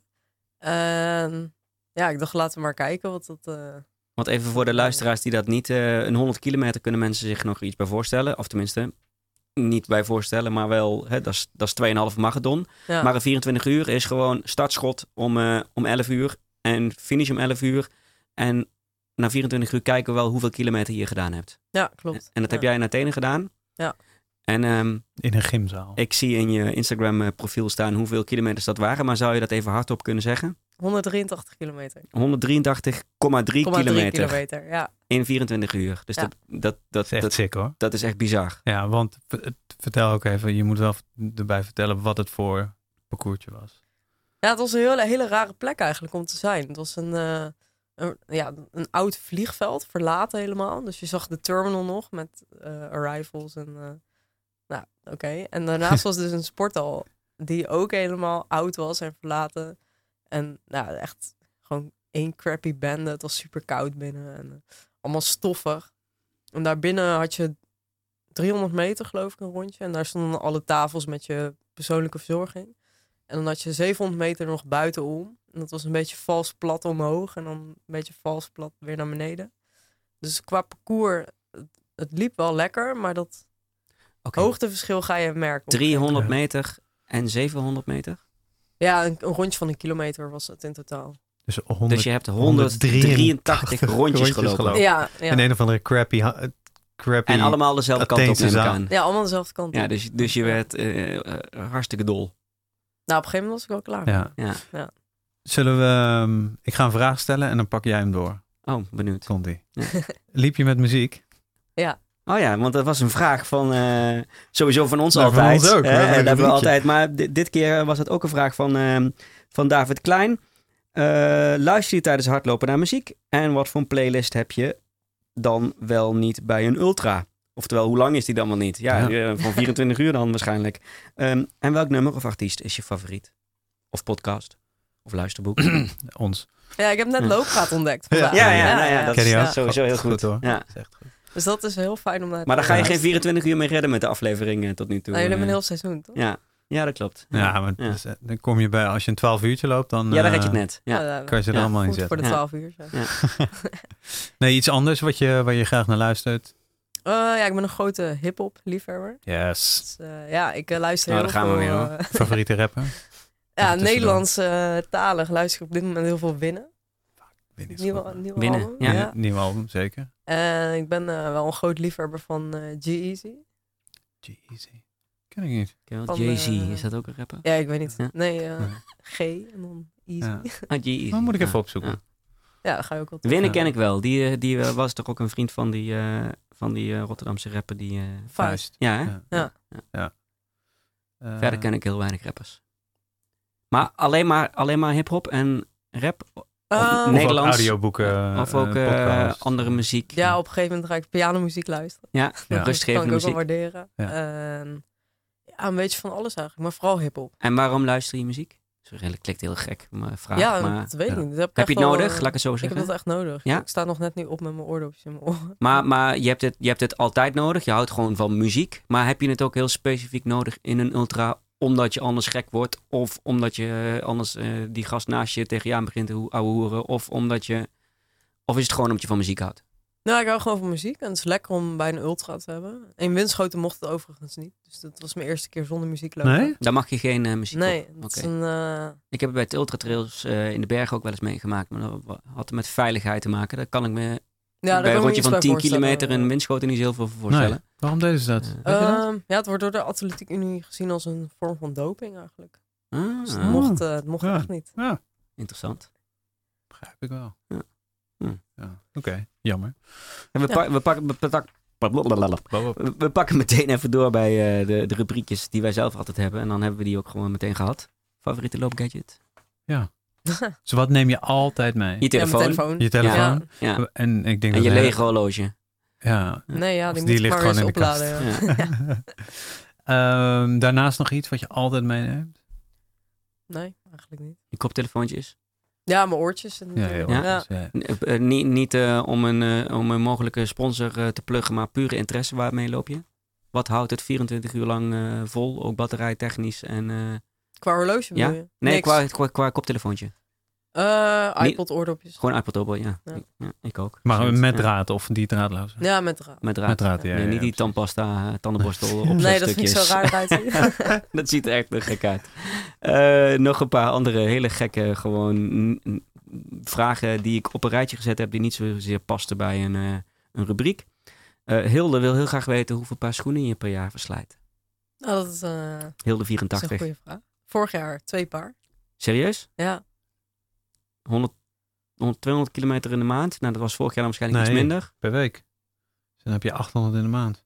S2: En ja, ik dacht laten we maar kijken wat dat... Uh,
S1: Want even voor de luisteraars die dat niet... Uh, een honderd kilometer kunnen mensen zich nog iets bij voorstellen. Of tenminste, niet bij voorstellen, maar wel... Hè, dat is, dat is twee komma vijf marathon. Ja. Maar een vierentwintig uur is gewoon startschot om, uh, om elf uur. En finish om elf uur. En na vierentwintig uur kijken we wel hoeveel kilometer je gedaan hebt.
S2: Ja, klopt.
S1: En dat
S2: ja.
S1: heb jij in Athene gedaan.
S2: Ja.
S1: En, um,
S3: in een gymzaal.
S1: Ik zie in je Instagram profiel staan hoeveel kilometers dat waren. Maar zou je dat even hardop kunnen zeggen?
S2: honderddrieëntachtig kilometer.
S1: honderddrieëntachtig komma drie kilometer.
S2: kilometer, ja.
S1: In vierentwintig uur. Dus ja. dat, dat, dat,
S3: dat is echt
S1: dat,
S3: sick, hoor.
S1: Dat is echt bizar.
S3: Ja, want vertel ook even, je moet wel erbij vertellen wat het voor parcoursje was.
S2: Ja, het was een hele, hele rare plek eigenlijk om te zijn. Het was een, uh, een, ja, een oud vliegveld, verlaten helemaal. Dus je zag de terminal nog met uh, arrivals en... Uh, nou, oké. Okay. En daarnaast was dus een sporthal die ook helemaal oud was en verlaten. En nou, echt gewoon één crappy bende. Het was super koud binnen en uh, allemaal stoffig. En daarbinnen had je driehonderd meter, geloof ik, een rondje. En daar stonden alle tafels met je persoonlijke verzorging. En dan had je zevenhonderd meter nog buitenom. En dat was een beetje vals plat omhoog en dan een beetje vals plat weer naar beneden. Dus qua parcours, het, het liep wel lekker, maar dat okay. hoogteverschil ga je merken.
S1: driehonderd meter en zevenhonderd meter?
S2: Ja, een, een rondje van een kilometer was het in totaal.
S3: Dus, honderd,
S1: dus je hebt honderddrieëntachtig rondjes, rondjes gelopen. gelopen.
S2: Ja, ja.
S3: En een of andere crappy... crappy
S1: en allemaal dezelfde kant op, neem ik aan.
S2: Ja, allemaal dezelfde kant op.
S1: Ja, dus, dus je werd uh, uh, hartstikke dol.
S2: Nou, op een gegeven moment was ik wel klaar.
S3: Ja.
S1: Ja.
S2: Ja.
S3: Zullen we... Um, ik ga een vraag stellen en dan pak jij hem door.
S1: Oh, benieuwd.
S3: Komt-ie. Ja. Liep je met muziek?
S2: Ja.
S1: Oh ja, want dat was een vraag van... Uh, sowieso van ons
S3: nou,
S1: altijd.
S3: Van ons ook.
S1: Uh,
S3: we
S1: dat hebben we altijd.
S3: liedje.
S1: Maar dit, dit keer was het ook een vraag van, uh, van David Klein. Uh, luister je tijdens hardlopen naar muziek? En wat voor een playlist heb je dan wel niet bij een ultra? Oftewel, hoe lang is die dan wel niet? Ja, ja. Uh, van vierentwintig uur dan waarschijnlijk. Um, en welk nummer of artiest is je favoriet? Of podcast? Of luisterboek?
S3: Ons.
S2: Ja, ik heb net
S1: ja.
S2: Loopgaat ontdekt.
S1: Ja, ja, ja, nou ja, dat is
S3: ja.
S1: sowieso heel goed.
S3: goed hoor.
S1: Ja.
S3: Dat is echt goed.
S2: Dus dat is heel fijn om naar te
S1: Maar daar ga je
S2: ja.
S1: geen vierentwintig uur mee redden met de aflevering uh, tot nu toe.
S2: Nou, jullie hebben een heel seizoen, toch?
S1: Ja, ja dat klopt.
S3: Ja, ja maar ja. Dus, dan kom je bij, als je een twaalf uurtje loopt, dan...
S1: Ja, dan red je het net. Ja.
S2: Ja,
S3: kan je ze er
S1: ja,
S3: allemaal in
S2: goed
S3: zetten.
S2: voor de twaalf uur.
S1: Ja.
S3: Nee, iets anders wat je, waar je graag naar luistert?
S2: Uh, ja, ik ben een grote hip-hop liefhebber.
S3: Yes.
S2: Dus, uh, ja, ik uh, luister
S1: nou,
S2: heel
S1: daar gaan
S2: veel...
S1: we weer, hoor.
S2: Uh,
S3: Favoriete rapper?
S2: ja, Nederlandse uh, talig luister ik op dit moment heel veel Winnen.
S3: Winnen.
S2: Nieuwe, nieuwe
S1: Winnen,
S2: album.
S1: ja.
S2: ja.
S3: Nieuw album, zeker.
S2: En ik ben uh, wel een groot liefhebber van uh, G-Eazy.
S3: G-Eazy. Ken ik niet.
S1: Jay-Z,
S2: uh,
S1: is dat ook een rapper?
S2: Ja, ik weet niet.
S1: Ja.
S2: Nee, uh,
S3: ja.
S2: G en dan Easy.
S3: Ja.
S1: Ah, Jay-Z.
S3: Dat moet ik even
S1: ja.
S3: opzoeken.
S1: Ja.
S2: Ja, dat ga je ook wel.
S1: Winnen ken ik wel. Die, die uh, was toch ook een vriend van die, uh, van die uh, Rotterdamse rapper. Die, uh,
S2: Vuist.
S1: Ja, hè?
S3: Ja.
S2: Ja.
S1: ja.
S3: ja. Uh,
S1: Verder ken ik heel weinig rappers. Maar alleen maar, alleen maar hip-hop en rap?
S2: Uh,
S3: Of ook
S1: Nederlands.
S3: audioboeken.
S1: Of ook
S3: uh,
S1: uh,
S3: podcasts.
S1: andere muziek.
S2: ja, op een gegeven moment ga ik pianomuziek luisteren.
S1: Ja,
S3: Ja.
S2: Dat kan
S1: rustgevende
S2: ik ook wel
S1: muziek.
S2: waarderen.
S3: Ja.
S2: En, ja, een beetje van alles eigenlijk. Maar vooral hiphop.
S1: En waarom luister je muziek? Dat klinkt heel gek, maar vraag.
S2: Ja,
S1: maar,
S2: dat weet ik
S3: ja.
S2: niet. Dat heb ik
S1: heb je
S2: echt
S1: het
S2: wel,
S1: nodig?
S2: eh,
S1: Laat ik het zo
S2: Ik
S1: zeggen.
S2: heb dat echt nodig.
S1: Ja?
S2: Ik sta nog net niet op met mijn oordopjes in mijn oren.
S1: Maar, maar je, hebt het, je hebt het altijd nodig. Je houdt gewoon van muziek. Maar heb je het ook heel specifiek nodig in een ultra... omdat je anders gek wordt? Of omdat je anders uh, die gast naast je tegen je aan begint te ouwe hoeren? Of omdat je... Of is het gewoon omdat je van muziek houdt?
S2: Nou, ik hou gewoon van muziek. En het is lekker om bij een ultra te hebben. In Winschoten mocht het overigens niet. Dus dat was mijn eerste keer zonder muziek lopen.
S3: Nee?
S1: Daar mag je geen uh, muziek
S2: Nee,
S1: op?
S2: dat
S1: Oké.
S2: is een... uh,
S1: Ik heb het bij het ultratrails uh, in de bergen ook wel eens meegemaakt. Maar dat had met veiligheid te maken. Daar kan ik me
S2: ja,
S1: bij
S2: daar kan
S1: een
S2: ik me
S1: rondje
S2: iets
S1: van
S2: bij
S1: tien
S2: voorstellen.
S1: kilometer in Winschoten niet zo heel veel voor voorstellen.
S3: Nee. Waarom deden ze dat?
S1: Uh,
S3: Weet je dat?
S2: Ehm, ja, het wordt door de Atletiek Unie gezien als een vorm van doping eigenlijk.
S1: Ah,
S2: Dus het
S3: Ah.
S2: mocht, uh, het mocht
S3: Ja.
S2: echt niet.
S3: Ja,
S1: interessant.
S3: begrijp ik wel.
S1: Ja. Hm.
S3: Ja. Oké, okay. Jammer.
S1: En we,
S2: Ja.
S1: pak, we, pakken, we, pak, we, we pakken meteen even door bij uh, de, de rubriekjes die wij zelf altijd hebben. En dan hebben we die ook gewoon meteen gehad. Favoriete loopgadget?
S3: Ja. Dus wat neem je altijd mee?
S1: Je telefoon.
S2: Ja, mijn telefoon.
S3: Je telefoon?
S2: Ja.
S1: Ja.
S3: En ik denk
S1: En
S3: dat
S1: je
S3: we-
S1: lege horloge.
S3: Ja.
S2: Nee, ja, die,
S3: Die
S2: moet
S3: ligt
S2: ik maar
S3: gewoon
S2: eens
S3: in de kast.
S2: opladen. Ja.
S3: um, daarnaast nog iets wat je altijd meeneemt?
S2: Nee, eigenlijk niet.
S1: Je koptelefoontjes.
S2: Ja, mijn oortjes. En,
S3: Ja, heel
S1: Ja.
S3: anders, ja.
S1: N- uh, niet niet uh, om, een, uh, om een mogelijke sponsor uh, te pluggen, maar pure interesse. Waarmee loop je? Wat houdt het vierentwintig uur lang uh, vol? Ook batterijtechnisch en... Uh...
S2: Qua horloge bedoel
S1: Ja?
S2: je?
S1: Nee,
S2: Niks.
S1: qua, qua, qua koptelefoontje.
S2: Uh,
S1: Niet-
S2: iPod oordopjes.
S1: Gewoon iPod Opel, ja.
S2: Ja.
S1: Ik, ja. Ik ook.
S3: Maar
S1: Zoiets,
S3: met
S1: ja.
S3: draad of die draadloze?
S2: Ja, met draad.
S1: Met draad.
S3: Met draad, ja.
S1: Nee,
S3: ja,
S1: niet die
S3: precies.
S1: tandpasta, uh, tandenborstel op
S2: Nee, dat vind ik
S1: stukjes.
S2: zo raar eruit zien.
S1: Dat ziet er echt een gek uit. Uh, nog een paar andere hele gekke gewoon n- n- vragen die ik op een rijtje gezet heb die niet zozeer pasten bij een, uh, een rubriek. Uh, Hilde wil heel graag weten hoeveel paar schoenen je per jaar verslijt.
S2: Nou, dat is, uh,
S1: Hilde
S2: dat is een
S1: vierentachtig.
S2: goede vraag. Vorig jaar twee paar.
S1: Serieus?
S2: Ja.
S1: honderd, honderd, tweehonderd kilometer in de maand? Nou, dat was vorig jaar dan waarschijnlijk
S3: Nee.
S1: iets minder.
S3: Per week. Dus dan heb je achthonderd in de maand.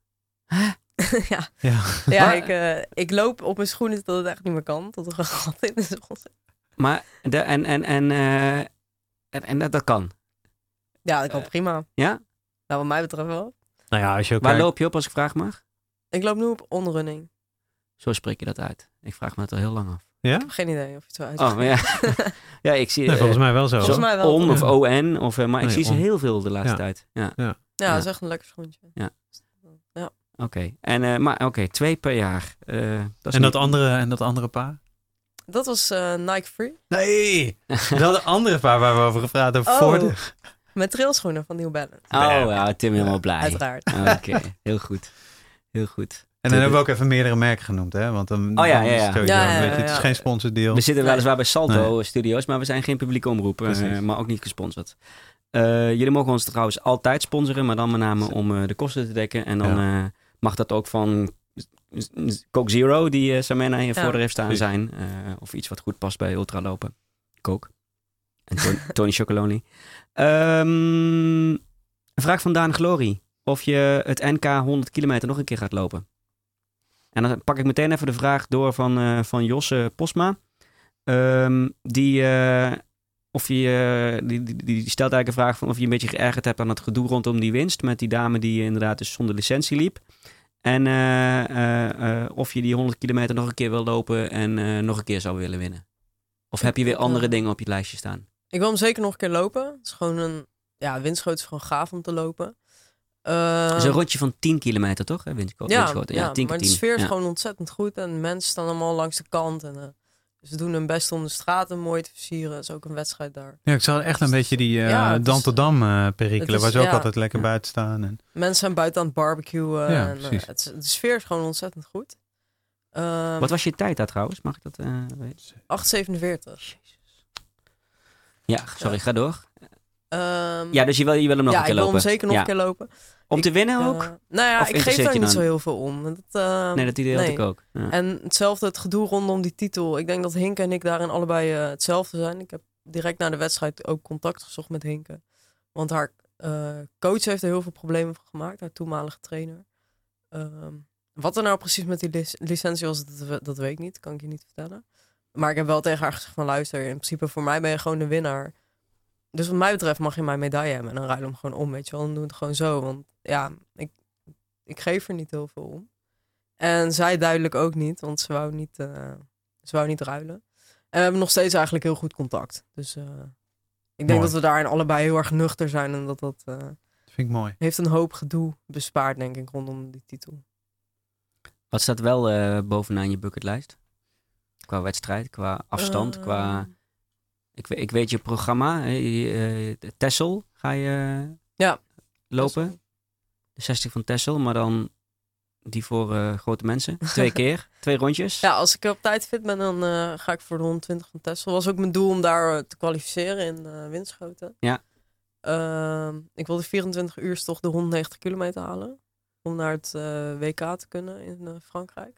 S2: ja,
S3: Ja.
S2: ja
S1: Maar-
S2: ik, uh, ik loop op mijn schoenen dat het echt niet meer kan. Tot er een gat in is.
S1: Maar, de, en, en, en, uh, en, en dat, dat kan.
S2: Ja, dat kan
S1: Uh,
S2: prima.
S1: Ja?
S2: Nou, wat mij betreft wel.
S3: Nou ja, als je ook
S1: Waar
S3: kijkt-
S1: loop je op als ik vraag mag?
S2: Ik loop nu op onrunning.
S1: Zo spreek je dat uit. Ik vraag me dat al heel lang af.
S3: Ja?
S2: Ik heb geen idee of je het zo uit.
S1: Oh, maar ja. ja, ik zie...
S3: Nee, volgens mij wel zo.
S2: Volgens
S3: hoor.
S2: mij wel,
S1: On
S2: toch?
S1: of O N. Of, uh, maar ik
S3: Nee,
S1: zie ze
S3: on.
S1: heel veel de laatste
S3: Ja.
S1: tijd. Ja,
S2: Ja,
S1: Ja.
S2: dat is echt een lekker schoentje.
S1: oké. Okay. En uh, maar oké, okay, twee per jaar. Uh, dat is
S3: En dat,
S1: niet-
S3: andere, en dat andere paar?
S2: Dat was uh, Nike Free.
S3: Nee! Dat andere paar waar we over gepraat hebben.
S2: Oh.
S3: Voor de...
S2: Met trailschoenen van New Balance.
S1: Oh, ja, Tim helemaal blij.
S2: Uiteraard.
S1: Oké, okay. heel goed. Heel goed.
S3: En dan hebben we ook even meerdere merken genoemd, hè? Want dan,
S1: Oh ja,
S3: dan
S1: ja,
S3: is
S1: ja.
S3: het sowieso
S2: Ja, ja,
S3: een beetje-
S2: ja,
S3: Het is
S2: ja.
S3: geen sponsordeal.
S1: We zitten weliswaar bij Salto
S3: Nee.
S1: Studios, maar we zijn geen publieke omroep. Uh,
S3: Precies.
S1: maar ook niet gesponsord. Uh, jullie mogen ons trouwens altijd sponsoren, maar dan met name om uh, de kosten te dekken. En dan uh, mag dat ook van Coke Zero, die uh, Samena hier
S2: Ja.
S1: voor heeft staan,
S3: Precies.
S1: zijn. Uh, of iets wat goed past bij ultralopen. Coke. En Tony, Tony Chocoloni. Um, een vraag van Daan Glory. Of je het N K honderd kilometer nog een keer gaat lopen. En dan pak ik meteen even de vraag door van, uh, van Josse Posma. Um, die, uh, of je, uh, die, die, die stelt eigenlijk een vraag van of je een beetje geërgerd hebt aan het gedoe rondom die winst. Met die dame die inderdaad dus zonder licentie liep. En uh, uh, uh, of je die honderd kilometer nog een keer wil lopen en uh, nog een keer zou willen winnen. Of heb je weer andere dingen op je lijstje staan?
S2: Ik wil hem zeker nog een keer lopen. Het is gewoon een... Ja, Winschoten is gewoon gaaf om te lopen. Uh,
S1: Het is een rondje van tien kilometer, toch? Winschoten.
S2: ja,
S1: Winschoten.
S2: ja,
S1: Ja, tien
S2: maar
S1: keer
S2: de
S1: tien.
S2: sfeer is
S1: Ja.
S2: gewoon ontzettend goed. En de mensen staan allemaal langs de kant. En, uh, ze doen hun best om de straten mooi te versieren. Het is ook een wedstrijd daar.
S3: Ja, ik zag echt een beetje die uh,
S2: Ja, het is-
S3: Dam-tot-Dam uh,
S2: het
S3: perikelen,
S2: is-
S3: waar ze ook
S2: ja.
S3: altijd lekker
S1: Ja.
S3: buiten staan. En...
S2: Mensen zijn buiten aan het barbecuen.
S3: Ja,
S2: en, uh,
S3: precies.
S2: het is, de sfeer is gewoon ontzettend goed. Uh,
S1: Wat was je tijd daar trouwens? Mag ik dat uh, weten?
S2: acht zevenenveertig.
S1: Ja, sorry, ga door.
S2: Um,
S1: Ja, dus je wil, je wil hem nog
S2: ja,
S1: een keer
S2: ik wil
S1: lopen.
S2: hem zeker nog
S1: Ja.
S2: een keer lopen.
S1: Om
S2: Ik-
S1: te winnen
S2: Uh,
S1: ook?
S2: nou ja,
S1: Of
S2: ik geef
S1: interesseert
S2: daar
S1: je
S2: niet
S1: dan?
S2: zo heel veel om. Dat, uh,
S1: nee, dat idee had ik ook. Ja.
S2: En hetzelfde het gedoe rondom die titel. Ik denk dat Hinke en ik daarin allebei uh, hetzelfde zijn. Ik heb direct na de wedstrijd ook contact gezocht met Hinke. Want haar uh, coach heeft er heel veel problemen van gemaakt. Haar toenmalige trainer. Um, wat er nou precies met die lic- licentie was, dat, dat weet ik niet. Kan ik je niet vertellen. Maar ik heb wel tegen haar gezegd van luister, in principe voor mij ben je gewoon de winnaar. dus wat mij betreft mag je mijn medaille hebben. En dan ruil hem gewoon om, weet je wel. Dan doe het gewoon zo. Want ja, ik, ik geef er niet heel veel om. En zij duidelijk ook niet. Want ze wou niet, uh, ze wou niet ruilen. En we hebben nog steeds eigenlijk heel goed contact. Dus uh, ik denk
S3: Mooi.
S2: dat we daarin allebei heel erg nuchter zijn. En dat dat uh,
S3: vind ik mooi.
S2: heeft een hoop gedoe bespaard, denk ik, rondom die titel.
S1: Wat staat wel uh, bovenaan je bucketlijst? Qua wedstrijd, qua afstand, uh, qua... Ik, ik weet je programma, uh, Texel ga je uh,
S2: ja,
S1: lopen.
S2: Texel.
S1: De zestig van Texel, maar dan die voor uh, grote mensen. Twee keer, twee rondjes.
S2: Ja, als ik op tijd fit ben, dan uh, ga ik voor de honderdtwintig van Texel. Was ook mijn doel om daar uh, te kwalificeren in uh, Winschoten.
S1: Ja.
S2: Uh, ik wilde vierentwintig uur toch de honderdnegentig kilometer halen. Om naar het uh, W K te kunnen in uh, Frankrijk.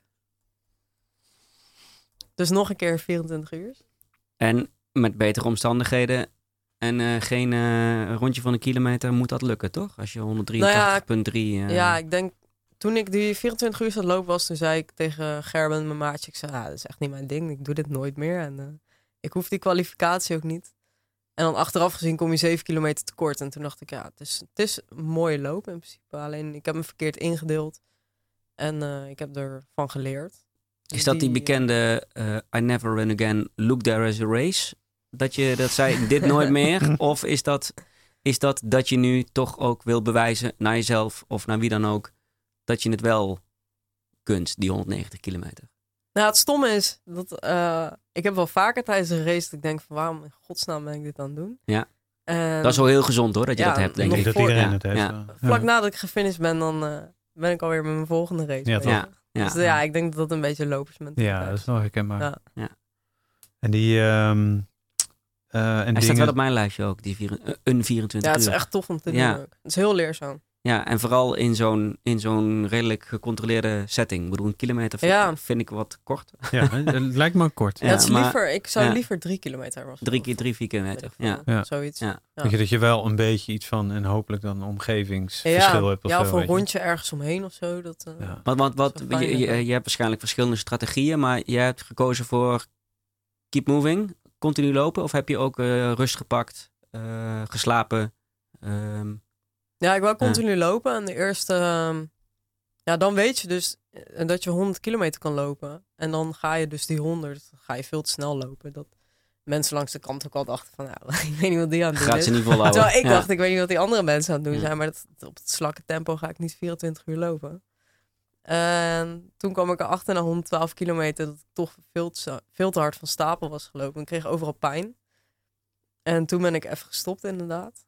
S2: Dus nog een keer vierentwintig uur.
S1: En met betere omstandigheden en uh, geen uh, rondje van een kilometer moet dat lukken, toch? Als je honderddrieëntachtig komma drie...
S2: Nou ja,
S1: uh...
S2: ja, ik denk... Toen ik die vierentwintig uur aan het lopen was, toen zei ik tegen Gerben, mijn maatje, ik zei, ah, dat is echt niet mijn ding. Ik doe dit nooit meer. En uh, ik hoef die kwalificatie ook niet. En dan achteraf gezien kom je zeven kilometer tekort. En toen dacht ik, ja, het is, het is een mooie loop in principe. Alleen ik heb me verkeerd ingedeeld. En uh, ik heb ervan geleerd.
S1: Is dat die, die bekende uh, I never run again, look there as a race? Dat je dat zei, dit nooit meer? Of is dat, is dat dat je nu toch ook wil bewijzen naar jezelf of naar wie dan ook, dat je het wel kunt, die honderdnegentig kilometer?
S2: Nou, het stomme is, dat uh, ik heb wel vaker tijdens een race dat ik denk van waarom in godsnaam ben ik dit aan het doen?
S1: Ja.
S2: En,
S1: dat is wel heel gezond hoor, dat je
S2: ja,
S1: dat hebt, denk
S3: ik.
S1: ik.
S3: Dat
S2: voor,
S3: iedereen
S1: ja,
S3: het heeft.
S1: ja.
S2: Vlak
S3: ja.
S2: nadat ik gefinished ben, dan uh, ben ik alweer met mijn volgende race.
S3: Ja, toch?
S1: Ja, ja.
S2: Dus ja, ik denk dat dat een beetje lopersmentaliteit is.
S3: Ja, dat is nog herkenbaar.
S2: Ja.
S1: Ja.
S3: En die... Um, uh, en
S1: Hij
S3: dingen...
S1: staat wel op mijn lijstje ook, die vier, uh, een vierentwintig
S2: Ja, het
S1: uur.
S2: is echt tof om te doen
S1: Ja.
S2: ook. Het is heel leerzaam.
S1: Ja, en vooral in zo'n, in zo'n redelijk gecontroleerde setting. Ik bedoel, een kilometer vind,
S2: Ja.
S1: vind ik wat kort.
S3: Ja, het lijkt me ook kort.
S2: Ja,
S1: Ja,
S2: het is
S1: maar-
S2: liever, ik zou
S1: ja.
S2: liever drie kilometer was.
S1: Drie keer drie, vier kilometer. Ja.
S3: Ja.
S2: Zoiets.
S1: Ja.
S2: Ja.
S3: Weet je, dat je wel een beetje iets van, en hopelijk dan een omgevingsverschil
S2: Ja,
S3: hebt. Of
S2: ja,
S3: zo,
S2: of een
S3: weet je.
S2: rondje ergens omheen of zo. Dat, uh,
S3: Ja.
S1: Want, want wat,
S2: Zo fijn,
S1: je, je,
S2: ja.
S1: je hebt waarschijnlijk verschillende strategieën, maar jij hebt gekozen voor keep moving, continu lopen, of heb je ook uh, rust gepakt, uh, geslapen? Um,
S2: Ja, ik wou continu lopen. En de eerste... um, ja, dan weet je dus uh, dat je honderd kilometer kan lopen. En dan ga je dus die honderd, ga je veel te snel lopen. Dat mensen langs de kant ook al dachten van... Nou, ik weet niet wat die aan het doen
S1: gaat
S2: is.
S1: ze niet volhouden.
S2: Terwijl ik
S1: Ja.
S2: dacht, ik weet niet wat die andere mensen aan het doen
S1: Ja.
S2: zijn. Maar dat, op het slakke tempo ga ik niet vierentwintig uur lopen. En toen kwam ik erachter na honderdtwaalf kilometer... dat ik toch veel te, veel te hard van stapel was gelopen. Ik kreeg overal pijn. En toen ben ik even gestopt inderdaad.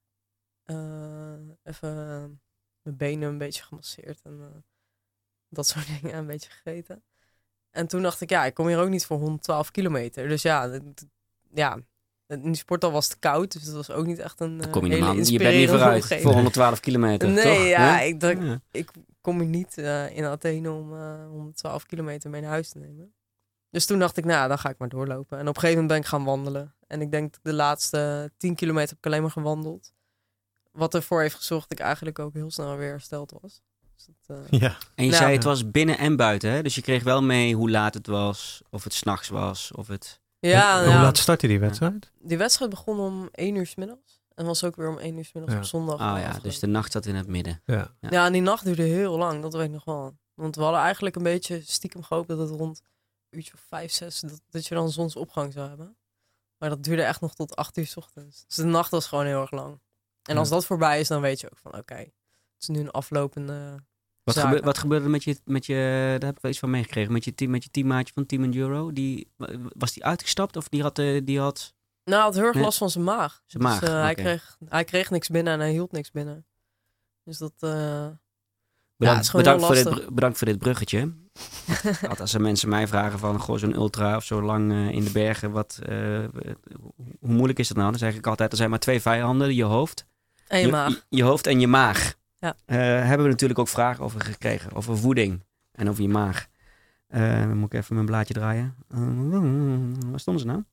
S2: Uh, even uh, mijn benen een beetje gemasseerd. En uh, dat soort dingen een beetje gegeten. En toen dacht ik, ja, ik kom hier ook niet voor honderdtwaalf kilometer. Dus ja, het, ja... in die sporthal was het koud, dus dat was ook niet echt een uh,
S1: Kom je,
S2: hele
S1: man. je bent niet
S2: inspirerende
S1: vooruit
S2: omgeving.
S1: voor honderdtwaalf kilometer,
S2: Nee,
S1: toch?
S2: ja,
S1: Ja?
S2: ik, dacht,
S1: Ja.
S2: ik kom hier niet uh, in Athene om uh, honderdtwaalf kilometer mee naar huis te nemen. Dus toen dacht ik, nou, dan ga ik maar doorlopen. En op een gegeven moment ben ik gaan wandelen. En ik denk dat de laatste tien kilometer heb ik alleen maar gewandeld. Wat ervoor heeft gezorgd dat ik eigenlijk ook heel snel weer hersteld was. Dus dat, uh,
S3: Ja.
S1: En je
S2: Nou.
S1: zei het was binnen en buiten, hè? Dus je kreeg wel mee hoe laat het was, of het 's nachts was, of het...
S2: ja,
S3: Hoe
S2: ja,
S3: laat startte die wedstrijd?
S2: die wedstrijd begon om één uur 's middags. En was ook weer om één uur 's middags
S3: Ja.
S2: op zondag.
S1: Ah ja,
S2: afgelopen.
S1: dus de nacht zat in het midden.
S3: Ja.
S1: Ja.
S2: Ja, en die nacht duurde heel lang, dat weet ik nog wel. Want we hadden eigenlijk een beetje stiekem gehoopt dat het rond een uurtje of vijf, zes, dat, dat je dan zonsopgang zou hebben. Maar dat duurde echt nog tot acht uur 's ochtends. Dus de nacht was gewoon heel erg lang. En als
S3: Ja.
S2: dat voorbij is, dan weet je ook van oké, okay, het is nu een aflopende
S1: Wat,
S2: zaak.
S1: gebe- wat gebeurde er met je, met je, daar heb ik wel iets van meegekregen, met je, team, met je teammaatje van Team Enduro? Die, was die uitgestapt of die had... eh, die had...
S2: Nou, hij had heel erg
S1: Nee.
S2: last van zijn maag.
S1: Zijn
S2: Dus,
S1: maag,
S2: eh, hij,
S1: oké.
S2: kreeg, hij kreeg niks binnen en hij hield niks binnen. Dus dat... uh,
S1: Bedankt,
S2: het is gewoon
S1: bedankt,
S2: heel
S1: voor dit,
S2: lastig.
S1: br- bedankt voor dit bruggetje. Want als er mensen mij vragen van goh, zo'n ultra of zo lang uh, in de bergen, wat, uh, hoe moeilijk is dat nou? Dan zeg ik altijd, er zijn maar twee vijanden, je hoofd.
S2: En je maag.
S1: Je, je hoofd en je maag.
S2: Ja.
S1: Uh, hebben we natuurlijk ook vragen over gekregen, over voeding en over je maag. Uh, dan moet ik even mijn blaadje draaien. Uh, waar stonden ze nou?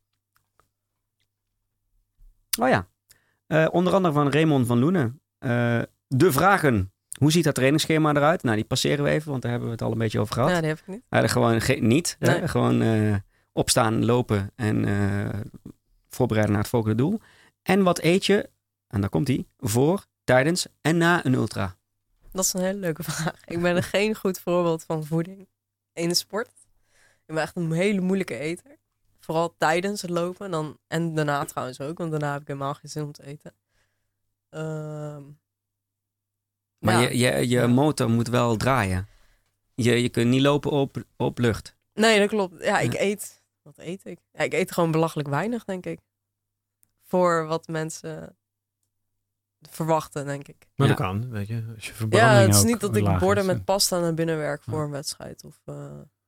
S1: Oh ja, uh, onder andere van Raymond van Loenen. Uh, de vragen. Hoe ziet dat trainingsschema eruit? Nou, die passeren we even, want daar hebben we het al een beetje over gehad.
S2: Ja, die heb ik niet.
S1: Uh, gewoon ge- niet.
S2: Nee.
S1: Hè? Gewoon uh, opstaan, lopen en uh, voorbereiden naar het volgende doel. En wat eet je, en daar komt hij, voor, tijdens en na een ultra?
S2: Dat is een hele leuke vraag. Ik ben er geen goed voorbeeld van voeding in de sport. Ik ben echt een hele moeilijke eter. Vooral tijdens het lopen. Dan, en daarna trouwens ook, want daarna heb ik helemaal geen zin om te eten. Ehm
S1: Maar
S2: ja.
S1: je, je, je
S2: Ja.
S1: motor moet wel draaien. Je, je kunt niet lopen op, op lucht.
S2: Nee, dat klopt. Ja, ik
S1: Ja.
S2: eet... Wat eet ik? Ja, ik eet gewoon belachelijk weinig, denk ik. Voor wat mensen verwachten, denk ik.
S3: Maar
S1: Ja.
S3: dat kan, weet je. Als je
S2: Ja,
S3: verbranding
S2: het is
S3: ook
S2: niet dat ik
S3: laag
S2: borden
S3: is,
S2: met
S3: hè.
S2: pasta naar binnen werk voor
S3: Ja.
S2: een wedstrijd. Of, uh...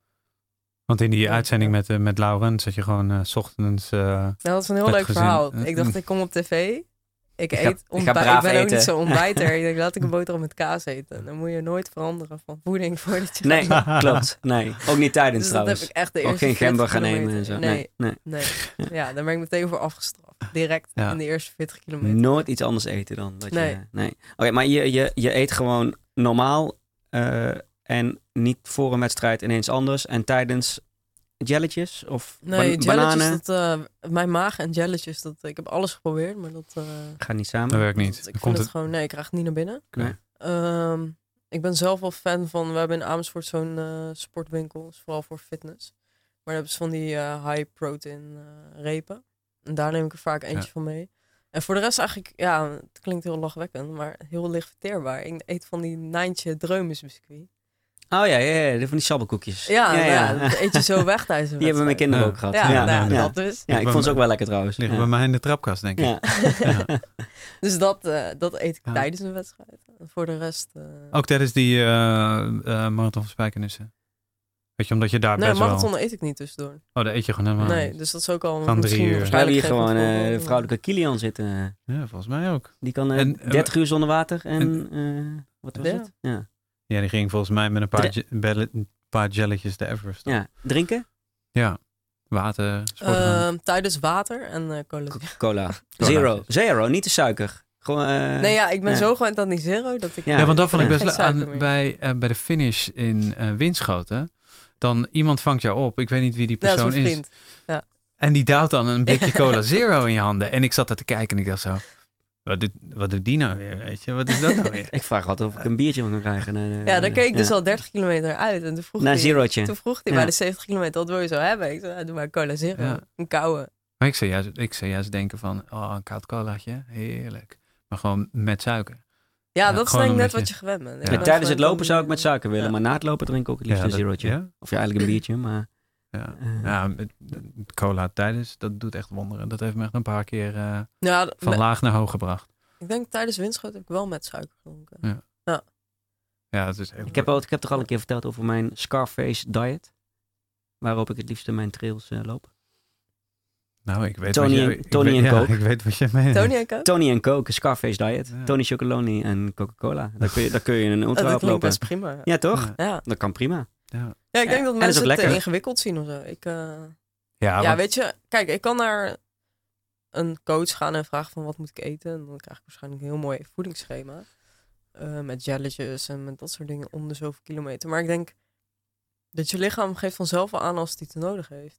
S3: Want in die
S2: Ja,
S3: uitzending
S2: ja.
S3: met, uh, met Lauren zat je gewoon uh, 's ochtends... Uh,
S2: Nou, dat is een heel
S3: Met
S2: leuk
S3: gezin.
S2: verhaal.
S3: Uh,
S2: Ik dacht, ik kom op tv. Ik,
S1: Ik ga-
S2: eet
S1: ik ga
S2: ontbij- ik,
S1: braaf
S2: ben ook
S1: eten.
S2: niet zo ontbijter. Ik denk, laat ik een boterham met kaas eten. Dan moet je nooit veranderen van voeding voordat je
S1: Nee,
S2: gaat.
S1: klopt. Nee, ook niet tijdens
S2: Dus dat
S1: trouwens.
S2: heb ik echt de
S1: Ook
S2: eerste
S1: geen
S2: veertig
S1: gember gaan
S2: kilometer.
S1: nemen en zo.
S2: Nee,
S1: Nee, nee.
S2: nee. Ja, daar ben ik meteen voor afgestraft. Direct
S3: Ja.
S2: in de eerste veertig kilometer.
S1: Nooit iets anders eten dan. Dat
S2: Nee.
S1: Je, nee. Oké, maar je, je, je eet gewoon normaal uh, en niet voor een wedstrijd ineens anders. En tijdens jelletjes of
S2: Nee,
S1: ban-
S2: jelletjes,
S1: bananen
S2: dat, uh, mijn maag en jelletjes, dat, ik heb alles geprobeerd, maar dat... Uh,
S1: gaat niet samen.
S3: dat werkt niet.
S2: dat- ik
S3: Dan
S2: vind
S3: komt
S2: het
S3: het...
S2: gewoon... Nee, ik krijg het niet naar binnen.
S1: Nee.
S2: Um, ik ben zelf wel fan van... We hebben in Amersfoort zo'n uh, sportwinkel, is vooral voor fitness. Maar dan hebben ze van die uh, high protein uh, repen. En daar neem ik er vaak eentje
S3: Ja.
S2: van mee. En voor de rest eigenlijk, ja, het klinkt heel lachwekkend, maar heel licht verteerbaar. Ik eet van die Nijntje Dreumes-biscuit.
S1: Oh ja, ja, ja, van die sabbelkoekjes.
S2: Ja,
S1: ja,
S2: nou
S1: ja.
S2: ja, dat eet je zo weg tijdens een
S1: Die hebben mijn
S2: wedstrijd.
S1: kinderen
S3: Ja.
S1: ook gehad.
S2: Ja,
S1: ja.
S2: nou,
S1: ja.
S2: dat dus.
S1: Ja, ik vond ze ook wel lekker trouwens.
S3: Liggen
S1: Ja.
S3: bij mij in de trapkast, denk ik.
S1: Ja.
S3: Ja.
S2: Dus dat, uh, dat eet ik
S3: Ja.
S2: tijdens een wedstrijd. En voor de rest... Uh...
S3: Ook tijdens die uh, uh, marathon van Spijkenissen. Weet je, omdat je daar
S2: Nee,
S3: best
S2: marathon
S3: wel...
S2: eet ik niet tussendoor.
S3: Oh, daar eet je gewoon helemaal
S2: Nee,
S3: niet.
S2: dus dat is ook al
S3: Van drie
S2: misschien
S3: uur.
S1: We
S2: waarschijnlijk
S1: hebben hier
S2: geen
S1: gewoon
S2: goed
S1: uh,
S2: voorbeeld,
S1: de
S2: maar-
S1: vrouwelijke Kilian zitten.
S3: Ja, volgens mij ook.
S1: Die kan uh,
S3: En, uh,
S1: dertig uur zonder water en...
S3: en-
S1: uh, wat was
S2: Ja.
S1: het? Ja.
S3: Ja, die ging volgens mij met een paar,
S1: Dre-
S3: je- belle- een paar jelletjes de Everest. op.
S1: ja. Drinken?
S3: Ja. Water, sporten.
S2: Ehm, tijdens water en uh, cola.
S1: Cola. Zero. Zero, niet de suiker. Gewoon... Uh,
S2: Nee, ja, ik ben
S1: ja.
S2: zo gewend aan die zero dat ik...
S1: Ja,
S3: Ja, want dat vond ik
S1: Ja.
S3: best
S2: Geen
S3: leuk
S2: suiker
S3: aan-
S2: meer.
S3: bij, uh, bij de finish in uh, Winschoten. Dan iemand vangt jou op. Ik weet niet wie die
S2: Ja,
S3: persoon
S2: zo'n
S3: is.
S2: vriend.
S3: En die duwt dan een blikje cola zero in je handen. En ik zat er te kijken en ik dacht zo... Wat doet, wat doet die nou weer, weet je? Wat is dat nou weer?
S1: Ik vraag altijd of ik een biertje kan krijgen. Uh,
S2: Ja, dan keek ik dus
S1: ja.
S2: al dertig kilometer uit. En toen vroeg
S1: Naar
S2: hij,
S1: zerootje.
S2: toen vroeg hij
S1: Ja.
S2: bij de zeventig kilometer, wat wil je zo hebben? Ik zei, ja, doe maar cola zero.
S3: Ja.
S2: Een koude.
S3: Maar ik zou, juist, ik zou juist denken van... Oh, een koud colaatje. Heerlijk. Maar gewoon met suiker.
S2: Ja,
S3: Ja,
S2: dat is
S3: gewoon
S2: denk ik
S3: een
S2: net
S3: beetje-
S2: wat je gewend bent. Ik
S3: Ja.
S2: ben
S1: Tijdens het
S2: gewend
S1: lopen
S2: aan
S1: zou ik
S2: die-
S1: met suiker willen,
S2: Ja.
S1: maar na het lopen drink ik ook het liefst
S3: Ja,
S1: een
S3: dat-
S1: zerootje.
S3: ja?
S1: Of ja, eigenlijk een biertje, maar...
S3: Ja,
S1: Uh,
S3: ja met, met cola tijdens, dat doet echt wonderen. Dat heeft me echt een paar keer uh,
S2: Ja, d-
S3: van
S2: met-
S3: laag naar hoog gebracht.
S2: ik denk tijdens windschoten heb ik wel met suiker gedronken.
S3: Ja. Ja, dat is echt...
S1: Ik heb, al, ik heb toch al een keer verteld over mijn Scarface diet. Waarop ik het liefst mijn trails uh, loop.
S3: Nou, ik weet
S1: Tony
S3: wat je...
S1: en-
S3: ik
S1: Tony
S3: weet,
S1: en
S3: ja,
S1: Coke.
S3: ik weet wat je meent.
S2: Tony en Coke?
S1: Tony en Coke, Scarface diet.
S3: Ja.
S1: Tony Chocoloni en Coca-Cola. Daar kun je, daar kun je een
S2: Oh,
S1: ultra
S2: dat
S1: op
S2: klinkt
S1: lopen.
S2: best prima.
S1: Ja, toch?
S3: Ja.
S2: Ja.
S1: Dat kan prima.
S3: Ja,
S2: Ja, ik denk
S1: En
S2: dat
S1: dat is
S2: mensen
S1: ook
S2: het te
S1: lekker.
S2: ingewikkeld zien of zo. Ik, uh...
S3: ja,
S2: ja,
S3: want-
S2: weet je, kijk, ik kan naar een coach gaan en vragen van wat moet ik eten. En dan krijg ik waarschijnlijk een heel mooi voedingsschema. Uh, met jelletjes en met dat soort dingen om de zoveel kilometer. Maar ik denk dat je lichaam geeft vanzelf wel aan als het iets nodig heeft.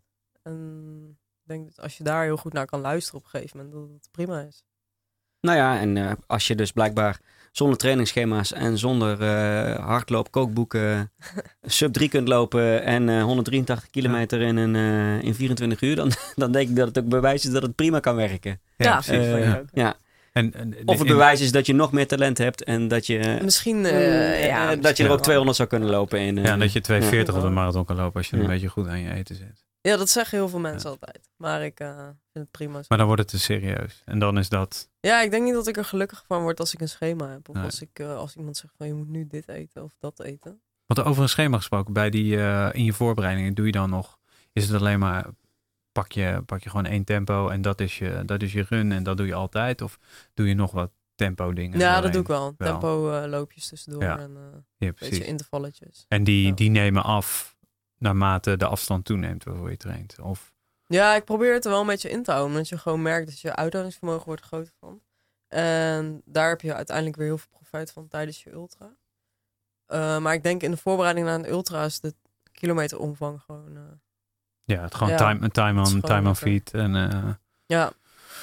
S2: En ik denk dat als je daar heel goed naar kan luisteren op een gegeven moment, dat het prima is.
S1: Nou ja, en uh, als je dus blijkbaar zonder trainingsschema's en zonder uh, hardloop, kookboeken, sub drie kunt lopen en uh, honderddrieëntachtig kilometer in, een, uh, in vierentwintig uur, dan, dan denk ik dat het ook bewijs is dat het prima kan werken.
S3: ja,
S2: Ja,
S3: precies.
S1: Uh,
S3: ja.
S2: ook.
S1: Ja.
S3: En, en,
S1: Of het
S3: in-
S1: bewijs is dat je nog meer talent hebt en dat je, uh,
S2: Misschien, uh,
S1: uh,
S2: ja,
S1: dat
S2: misschien
S1: je er ook
S2: wel.
S1: tweehonderd zou kunnen lopen. In, uh,
S3: Ja, dat je twee veertig
S2: Ja.
S3: op de marathon kan lopen als je
S1: Ja.
S3: een beetje goed aan je eten zit.
S2: Ja, dat zeggen heel veel mensen
S3: Ja.
S2: altijd. Maar ik uh, vind het prima zo.
S3: Maar dan wordt het te serieus. En dan is dat...
S2: Ja, ik denk niet dat ik er gelukkig van word als ik een schema heb. Of
S3: Nee.
S2: als, ik, uh, als iemand zegt van je moet nu dit eten of dat eten.
S3: Want over een schema gesproken, bij die, uh, in je voorbereidingen doe je dan nog... Is het alleen maar... Pak je, pak je gewoon één tempo en dat is, je, dat is je run en dat doe je altijd? Of doe je nog wat tempo dingen?
S2: Ja, dat
S3: doorheen?
S2: doe ik wel.
S3: Wel.
S2: Tempo uh, loopjes tussendoor
S3: Ja.
S2: en uh,
S3: Ja,
S2: een
S3: precies.
S2: beetje intervalletjes.
S3: En die,
S2: Ja.
S3: die nemen af naarmate de afstand toeneemt waarvoor je traint. Of,
S2: Ja, ik probeer het er wel een beetje in te houden. Omdat je gewoon merkt dat je uithoudingsvermogen wordt groter van. En daar heb je uiteindelijk weer heel veel profijt van tijdens je ultra. Uh, maar ik denk in de voorbereiding naar een ultra is de kilometeromvang gewoon... Uh,
S3: ja, het gewoon
S2: Ja,
S3: time, een time
S2: het is
S3: on,
S2: gewoon
S3: time on
S2: lekker.
S3: feet. En, uh,
S2: ja,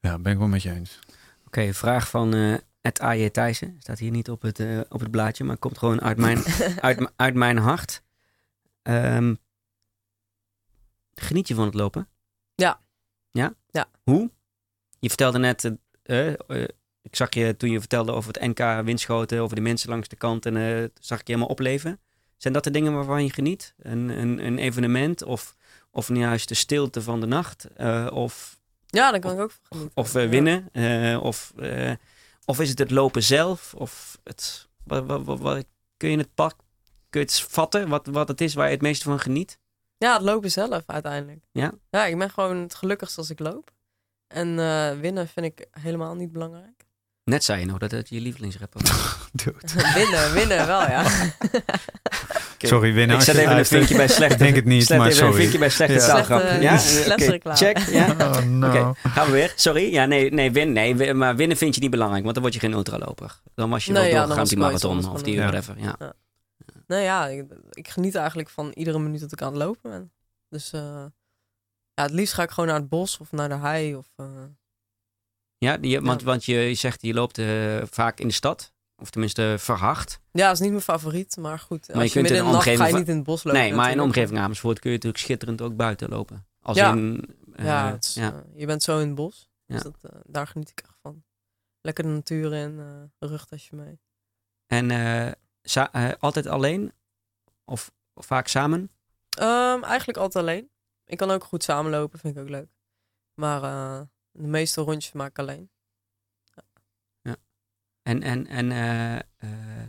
S3: Ja, ben ik wel met je eens.
S1: Oké, okay, vraag van uh, het A J Thijssen. Staat hier niet op het, uh, op het blaadje, maar komt gewoon uit mijn, uit, uit mijn hart. Um, geniet je van het lopen?
S2: Ja.
S1: Ja?
S2: Ja.
S1: Hoe? Je vertelde net, uh, uh, ik zag je toen je vertelde over het N K windschoten, over de mensen langs de kant en uh, zag ik je helemaal opleven. Zijn dat de dingen waarvan je geniet? Een, een, een evenement of, of juist de stilte van de nacht? Uh, of,
S2: ja, daar kan ik ook van genieten.
S1: Of uh, winnen? Uh, of, uh, of is het het lopen zelf? Of het, wat, wat, wat, wat, kun je het pak? Kun je het vatten wat, wat het is waar je het meeste van geniet?
S2: Ja, het lopen zelf uiteindelijk.
S1: Ja?
S2: Ja, ik ben gewoon het gelukkigst als ik loop. En uh, winnen vind ik helemaal niet belangrijk.
S1: Net zei je nog dat het je lievelingsrapper was.
S2: winnen, winnen wel, ja.
S3: Okay. Sorry, winnen.
S1: Ik zet even een vinkje bij slechte.
S3: Ik denk het niet, maar
S1: even
S3: sorry.
S1: een vinkje bij slechte
S3: ja.
S1: taalgrap.
S2: Slechte,
S1: ja?
S2: Slechte
S1: okay. Check. Ja?
S3: Oh, no.
S1: Oké, okay. Gaan we weer. Sorry. Ja, nee, nee, win, nee, maar winnen vind je niet belangrijk, want dan word je geen ultraloper. Dan was je
S2: nee,
S1: wel
S2: ja,
S1: doorgegaan die marathon of die
S2: ja.
S1: whatever. Ja.
S2: Ja. Nou ja, ik, ik geniet eigenlijk van iedere minuut dat ik aan het lopen ben. Dus uh, ja, het liefst ga ik gewoon naar het bos of naar de hei. Of, uh,
S1: ja, je, want,
S2: ja,
S1: want je, je zegt je loopt uh, vaak in de stad. Of tenminste verhard.
S2: Ja, dat is niet mijn favoriet. Maar goed,
S1: maar
S2: als
S1: je,
S2: je midden in de nacht
S1: omgeving
S2: ga je
S1: van...
S2: niet in het bos lopen.
S1: Nee, maar in de omgeving Amersfoort kun je natuurlijk schitterend ook buiten lopen. Als
S2: ja.
S1: in... Uh,
S2: ja, het is,
S1: ja.
S2: Uh, je bent zo in het bos. Dus
S1: ja.
S2: dat, uh, daar geniet ik echt van. Lekker de natuur in, uh, rugtasje mee.
S1: En uh, za- uh, altijd alleen? Of, of vaak samen?
S2: Um, eigenlijk altijd alleen. Ik kan ook goed samenlopen, vind ik ook leuk. Maar uh, de meeste rondjes maak ik alleen.
S1: Ja. ja. En, en, en uh, uh,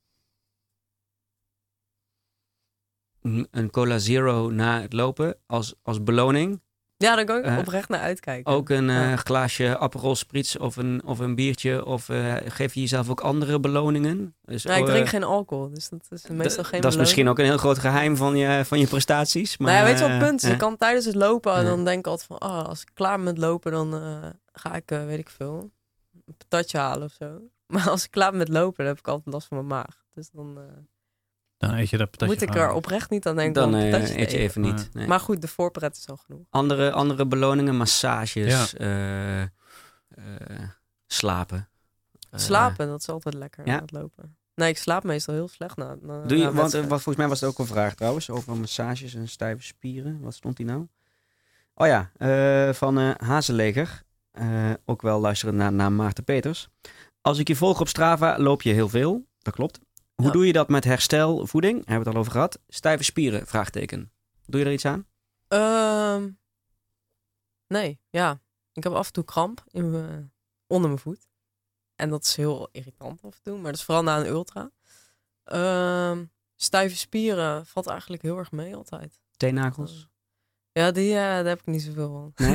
S1: een Cola Zero na het lopen als, als beloning?
S2: Ja, daar kan ik
S1: uh,
S2: oprecht naar uitkijken.
S1: Ook een uh,
S2: ja.
S1: glaasje Aperol Spritz of een, of een biertje? Of uh, geef je jezelf ook andere beloningen? Dus,
S2: nou, ik drink
S1: uh,
S2: geen alcohol, dus dat is meestal
S1: d-
S2: geen
S1: Dat is misschien ook een heel groot geheim van je, van je prestaties. Maar,
S2: nou ja, weet je wat het punt is?
S1: Uh,
S2: ik kan tijdens het lopen,
S1: uh,
S2: dan denk ik altijd van... Oh, als ik klaar ben met lopen, dan uh, ga ik, uh, weet ik veel, een patatje halen of zo. Maar als ik klaar ben met lopen, dan heb ik altijd last van mijn maag. Dus dan... Uh,
S3: Dan eet je dat patatje.
S2: moet ik er oprecht niet aan denken.
S1: Dan
S2: om
S1: uh,
S2: eet
S1: je even niet. Nee.
S2: Maar goed, de voorpret is al genoeg.
S1: Andere, andere beloningen, massages,
S3: ja.
S1: uh, uh, slapen.
S2: Uh, slapen, dat is altijd lekker
S1: ja?
S2: aan het lopen. Nee, ik slaap meestal heel slecht na, na
S1: Doe je,
S2: na
S1: want, uh, wat, volgens mij was het ook een vraag trouwens, over massages en stijve spieren. Wat stond die nou? Oh ja, uh, van uh, Hazeleger. Uh, ook wel luisteren naar, naar Maarten Peters. Als ik je volg op Strava, loop je heel veel. Dat klopt. Hoe ja. doe je dat met herstel, voeding? Hebben we het al over gehad. Stijve spieren, vraagteken. Doe je er iets aan?
S2: Um, nee, ja. Ik heb af en toe kramp in mijn, onder mijn voet. En dat is heel irritant af en toe. Maar dat is vooral na een ultra. Um, stijve spieren valt eigenlijk heel erg mee altijd.
S1: Teennagels?
S2: Ja, die, uh, daar heb ik niet zoveel van.
S1: Nee?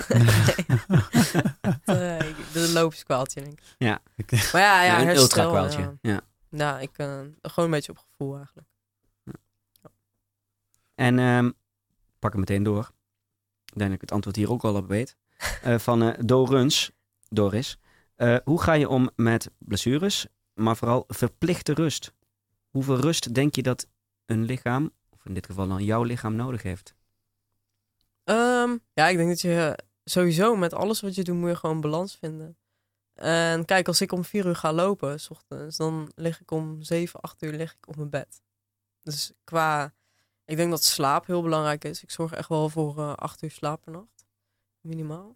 S2: nee. uh, de loopskwaaltje, denk ik.
S1: Ja.
S2: Maar ja, ja,
S1: ja een
S2: herstel,
S1: ultra-kwaaltje.
S2: Ja.
S1: Ja.
S2: Ja, ik uh, gewoon een beetje op gevoel eigenlijk.
S1: Ja. Ja. En um, pak hem meteen door. Ik denk dat ik het antwoord hier ook al op weet. Uh, van uh, Doruns, Doris. Uh, hoe ga je om met blessures, maar vooral verplichte rust? Hoeveel rust denk je dat een lichaam, of in dit geval dan jouw lichaam, nodig heeft?
S2: Um, ja, ik denk dat je sowieso met alles wat je doet, moet je gewoon balans vinden. En kijk, als ik om vier uur ga lopen, 's ochtends, dan lig ik om zeven, acht uur lig ik op mijn bed. Dus qua, ik denk dat slaap heel belangrijk is. Ik zorg echt wel voor uh, acht uur slaap per nacht. Minimaal.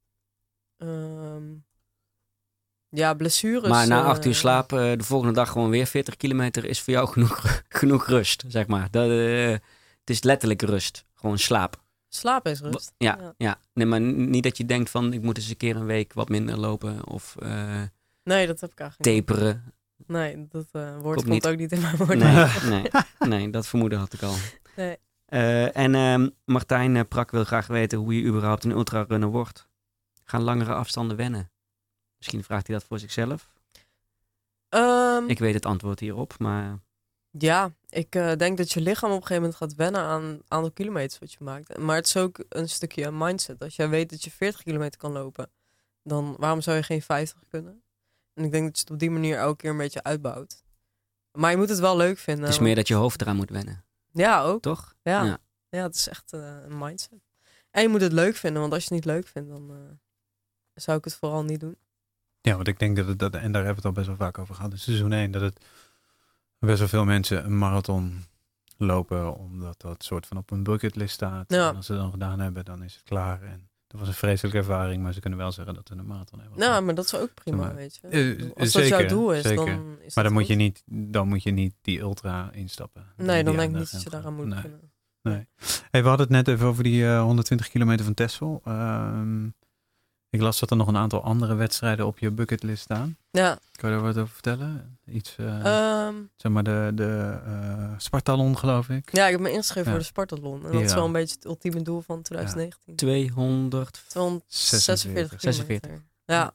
S2: Um, ja, blessures.
S1: Maar na
S2: uh,
S1: acht uur slaap, uh, de volgende dag gewoon weer veertig kilometer is voor jou genoeg, genoeg rust, zeg maar. Dat, uh, het is letterlijk rust. Gewoon slaap.
S2: Slaap is rust.
S1: Ja,
S2: ja.
S1: ja. Nee, maar niet dat je denkt van ik moet eens een keer een week wat minder lopen of uh,
S2: nee, dat heb ik eigenlijk
S1: taperen.
S2: Niet. Nee, dat uh, woord
S1: komt
S2: komt
S1: niet.
S2: ook niet in mijn woorden.
S1: Nee, nee, nee, dat vermoeden had ik al.
S2: Nee.
S1: Uh, en uh, Martijn uh, Prak wil graag weten hoe je überhaupt een ultrarunner wordt. Gaan langere afstanden wennen? Misschien vraagt hij dat voor zichzelf.
S2: Um,
S1: ik weet het antwoord hierop, maar...
S2: Ja, ik uh, denk dat je lichaam op een gegeven moment gaat wennen aan het aantal kilometers wat je maakt. Maar het is ook een stukje mindset. Als jij weet dat je veertig kilometer kan lopen, dan waarom zou je geen vijftig kunnen? En ik denk dat je het op die manier elke keer een beetje uitbouwt. Maar je moet het wel leuk vinden.
S1: Het is meer dat je hoofd eraan moet wennen.
S2: Ja, ook.
S1: Toch?
S2: Ja,
S1: ja.
S2: ja het is echt uh, een mindset. En je moet het leuk vinden, want als je het niet leuk vindt, dan... Uh, zou ik het vooral niet doen.
S3: Ja, want ik denk dat het, dat, en daar hebben we het al best wel vaak over gehad, in seizoen één, dat het best wel veel mensen een marathon lopen, omdat dat soort van op een bucketlist staat.
S2: Ja.
S3: En als ze het dan gedaan hebben, dan is het klaar. En dat was een vreselijke ervaring, maar ze kunnen wel zeggen dat ze een marathon hebben.
S2: Nou, maar dat is ook prima,
S3: maar,
S2: weet je.
S3: Uh,
S2: Als
S3: zeker,
S2: dat jouw doel is,
S3: zeker.
S2: dan is
S3: Maar dan
S2: dat
S3: moet, je
S2: goed.
S3: niet, dan moet je niet die ultra instappen.
S2: Nee, dan
S3: Die
S2: denk ik
S3: aan
S2: niet
S3: de
S2: dat je
S3: grens
S2: daaraan moet
S3: gaan. Nee.
S2: kunnen.
S3: Nee. Hey, we hadden het net even over die uh, honderdtwintig kilometer van Texel. Um, ik las dat er nog een aantal andere wedstrijden op je bucketlist staan.
S2: Ja.
S3: Kan je daar wat over vertellen? Iets, uh,
S2: Um,
S3: zeg maar de, de uh, Spartalon, geloof ik.
S2: ja, ik heb me ingeschreven
S3: Ja.
S2: voor de Spartathlon. En dat is
S3: Ja.
S2: wel een beetje het ultieme doel van twintig negentien.
S1: tweehonderd
S2: tweehonderdzesenveertig kilometer. Ja.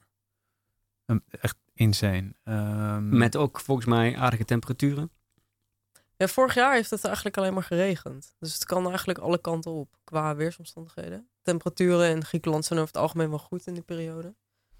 S3: Um, echt insane. Um,
S1: Met ook volgens mij aardige temperaturen.
S2: ja, vorig jaar heeft het eigenlijk alleen maar geregend. Dus het kan eigenlijk alle kanten op qua weersomstandigheden. Temperaturen in Griekenland zijn over het algemeen wel goed in die periode.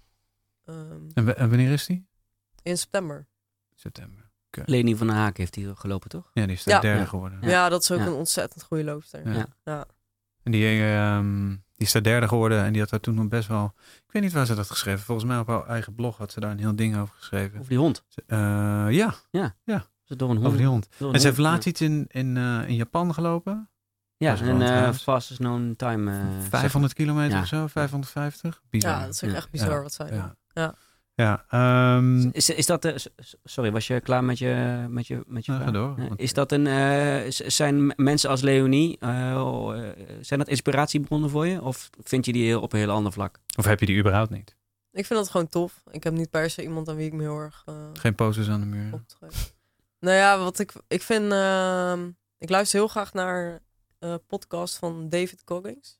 S2: Um,
S3: en, w- en wanneer is die?
S2: in september.
S3: September.
S1: Leni van der Haak heeft hier gelopen, toch?
S3: Ja, die is de
S2: Ja.
S3: derde
S1: Ja.
S3: geworden.
S2: Ja,
S1: Ja.
S2: dat is ook
S1: Ja.
S2: een ontzettend goede loopster.
S3: Ja.
S2: Ja. Ja.
S3: En die, um, die is daar derde geworden en die had daar toen nog best wel... Ik weet niet waar ze dat geschreven. Volgens mij op haar eigen blog had ze daar een heel ding over geschreven.
S1: Over die hond.
S3: Uh, ja,
S1: Is het door een hond?
S3: over die hond.
S1: Door een
S3: En ze heeft
S1: hond,
S3: laatst iets in, in, uh, in Japan gelopen.
S1: Ja,
S3: Dat is
S1: een
S3: wel
S1: uh,
S3: trouwens.
S1: fastest known time. Uh,
S3: vijfhonderd kilometer
S1: Ja.
S3: of zo, vijfhonderdvijftig. Bizar.
S2: Ja, dat is ook
S1: Ja.
S2: echt bizar
S3: Ja.
S2: wat zij
S3: Ja.
S2: doen. Ja.
S3: Ja, um,
S1: Is, is dat de, s- s- sorry, was je klaar met je, met je, met je
S3: Nou,
S1: vraag?
S3: ga door,
S1: Ja,
S3: want-
S1: Is dat een, uh, z- zijn m- mensen als Leonie, uh, oh, uh, zijn dat inspiratiebronnen voor je? Of vind je die heel, op een heel ander vlak?
S3: of heb je die überhaupt niet?
S2: Ik vind dat gewoon tof. Ik heb niet per se iemand aan wie ik me heel erg uh,
S3: Geen posters aan de muur?
S2: optrek. Nou ja, wat ik, ik vind... Uh, ik luister heel graag naar uh, podcast van David Goggins.